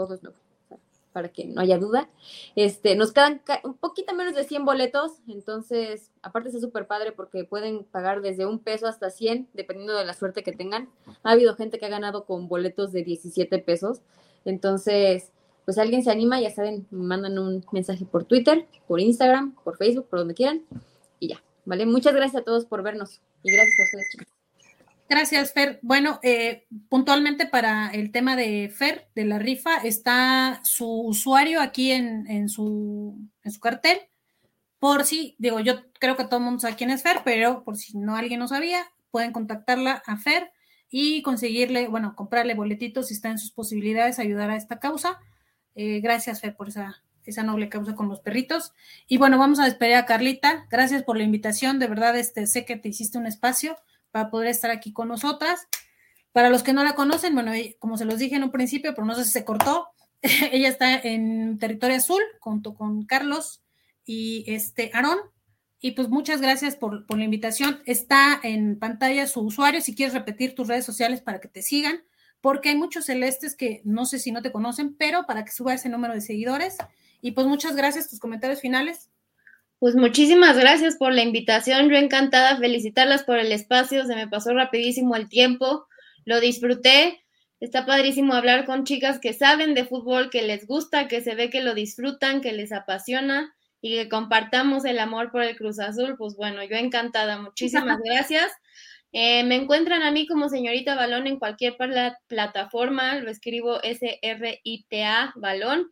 para que no haya duda. Nos quedan un poquito menos de 100 boletos, entonces, aparte es súper padre porque pueden pagar desde $1 hasta 100, dependiendo de la suerte que tengan. Ha habido gente que ha ganado con boletos de 17 pesos, entonces, pues si alguien se anima, ya saben, mandan un mensaje por Twitter, por Instagram, por Facebook, por donde quieran, y ya, ¿vale? Muchas gracias a todos por vernos, y gracias a ustedes, chicos. Gracias, Fer. Bueno, puntualmente para el tema de Fer, de la rifa, está su usuario aquí en su cartel. Por si, digo, yo creo que todo el mundo sabe quién es Fer, pero por si no alguien no sabía, pueden contactarla a Fer y conseguirle, bueno, comprarle boletitos si está en sus posibilidades, ayudar a esta causa. Gracias, Fer, por esa noble causa con los perritos. Y bueno, vamos a despedir a Carlita. Gracias por la invitación. De verdad, sé que te hiciste un espacio para poder estar aquí con nosotras. Para los que no la conocen, bueno, como se los dije en un principio, pero no sé si se cortó, ella está en Territorio Azul, junto con Carlos y Aarón, y pues muchas gracias por la invitación. Está en pantalla su usuario, si quieres repetir tus redes sociales para que te sigan, porque hay muchos celestes que no sé si no te conocen, pero para que suba ese número de seguidores. Y pues muchas gracias, tus comentarios finales. Pues muchísimas gracias por la invitación, yo encantada, felicitarlas por el espacio, se me pasó rapidísimo el tiempo, lo disfruté, está padrísimo hablar con chicas que saben de fútbol, que les gusta, que se ve que lo disfrutan, que les apasiona y que compartamos el amor por el Cruz Azul. Pues bueno, yo encantada, muchísimas gracias. Me encuentran a mí como señorita Balón en cualquier plataforma, lo escribo SRITA Balón.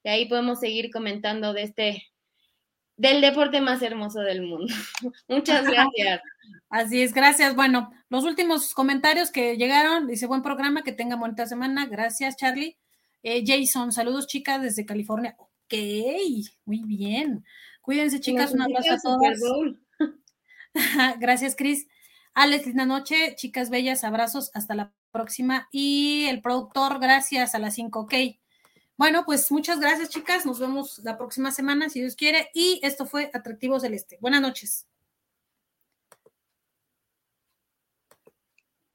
y ahí podemos seguir comentando del deporte más hermoso del mundo. Muchas gracias. Así es, gracias. Bueno, los últimos comentarios que llegaron, dice, buen programa, que tengan bonita semana. Gracias, Charlie. Jason, saludos, chicas, desde California. Ok, muy bien. Cuídense, chicas, un abrazo a todas. Gracias, Cris. Alex, linda noche, chicas bellas, abrazos, hasta la próxima. Y el productor, gracias, a las 5, ok. Bueno, pues muchas gracias, chicas, nos vemos la próxima semana, si Dios quiere, y esto fue Atractivo Celeste. Buenas noches.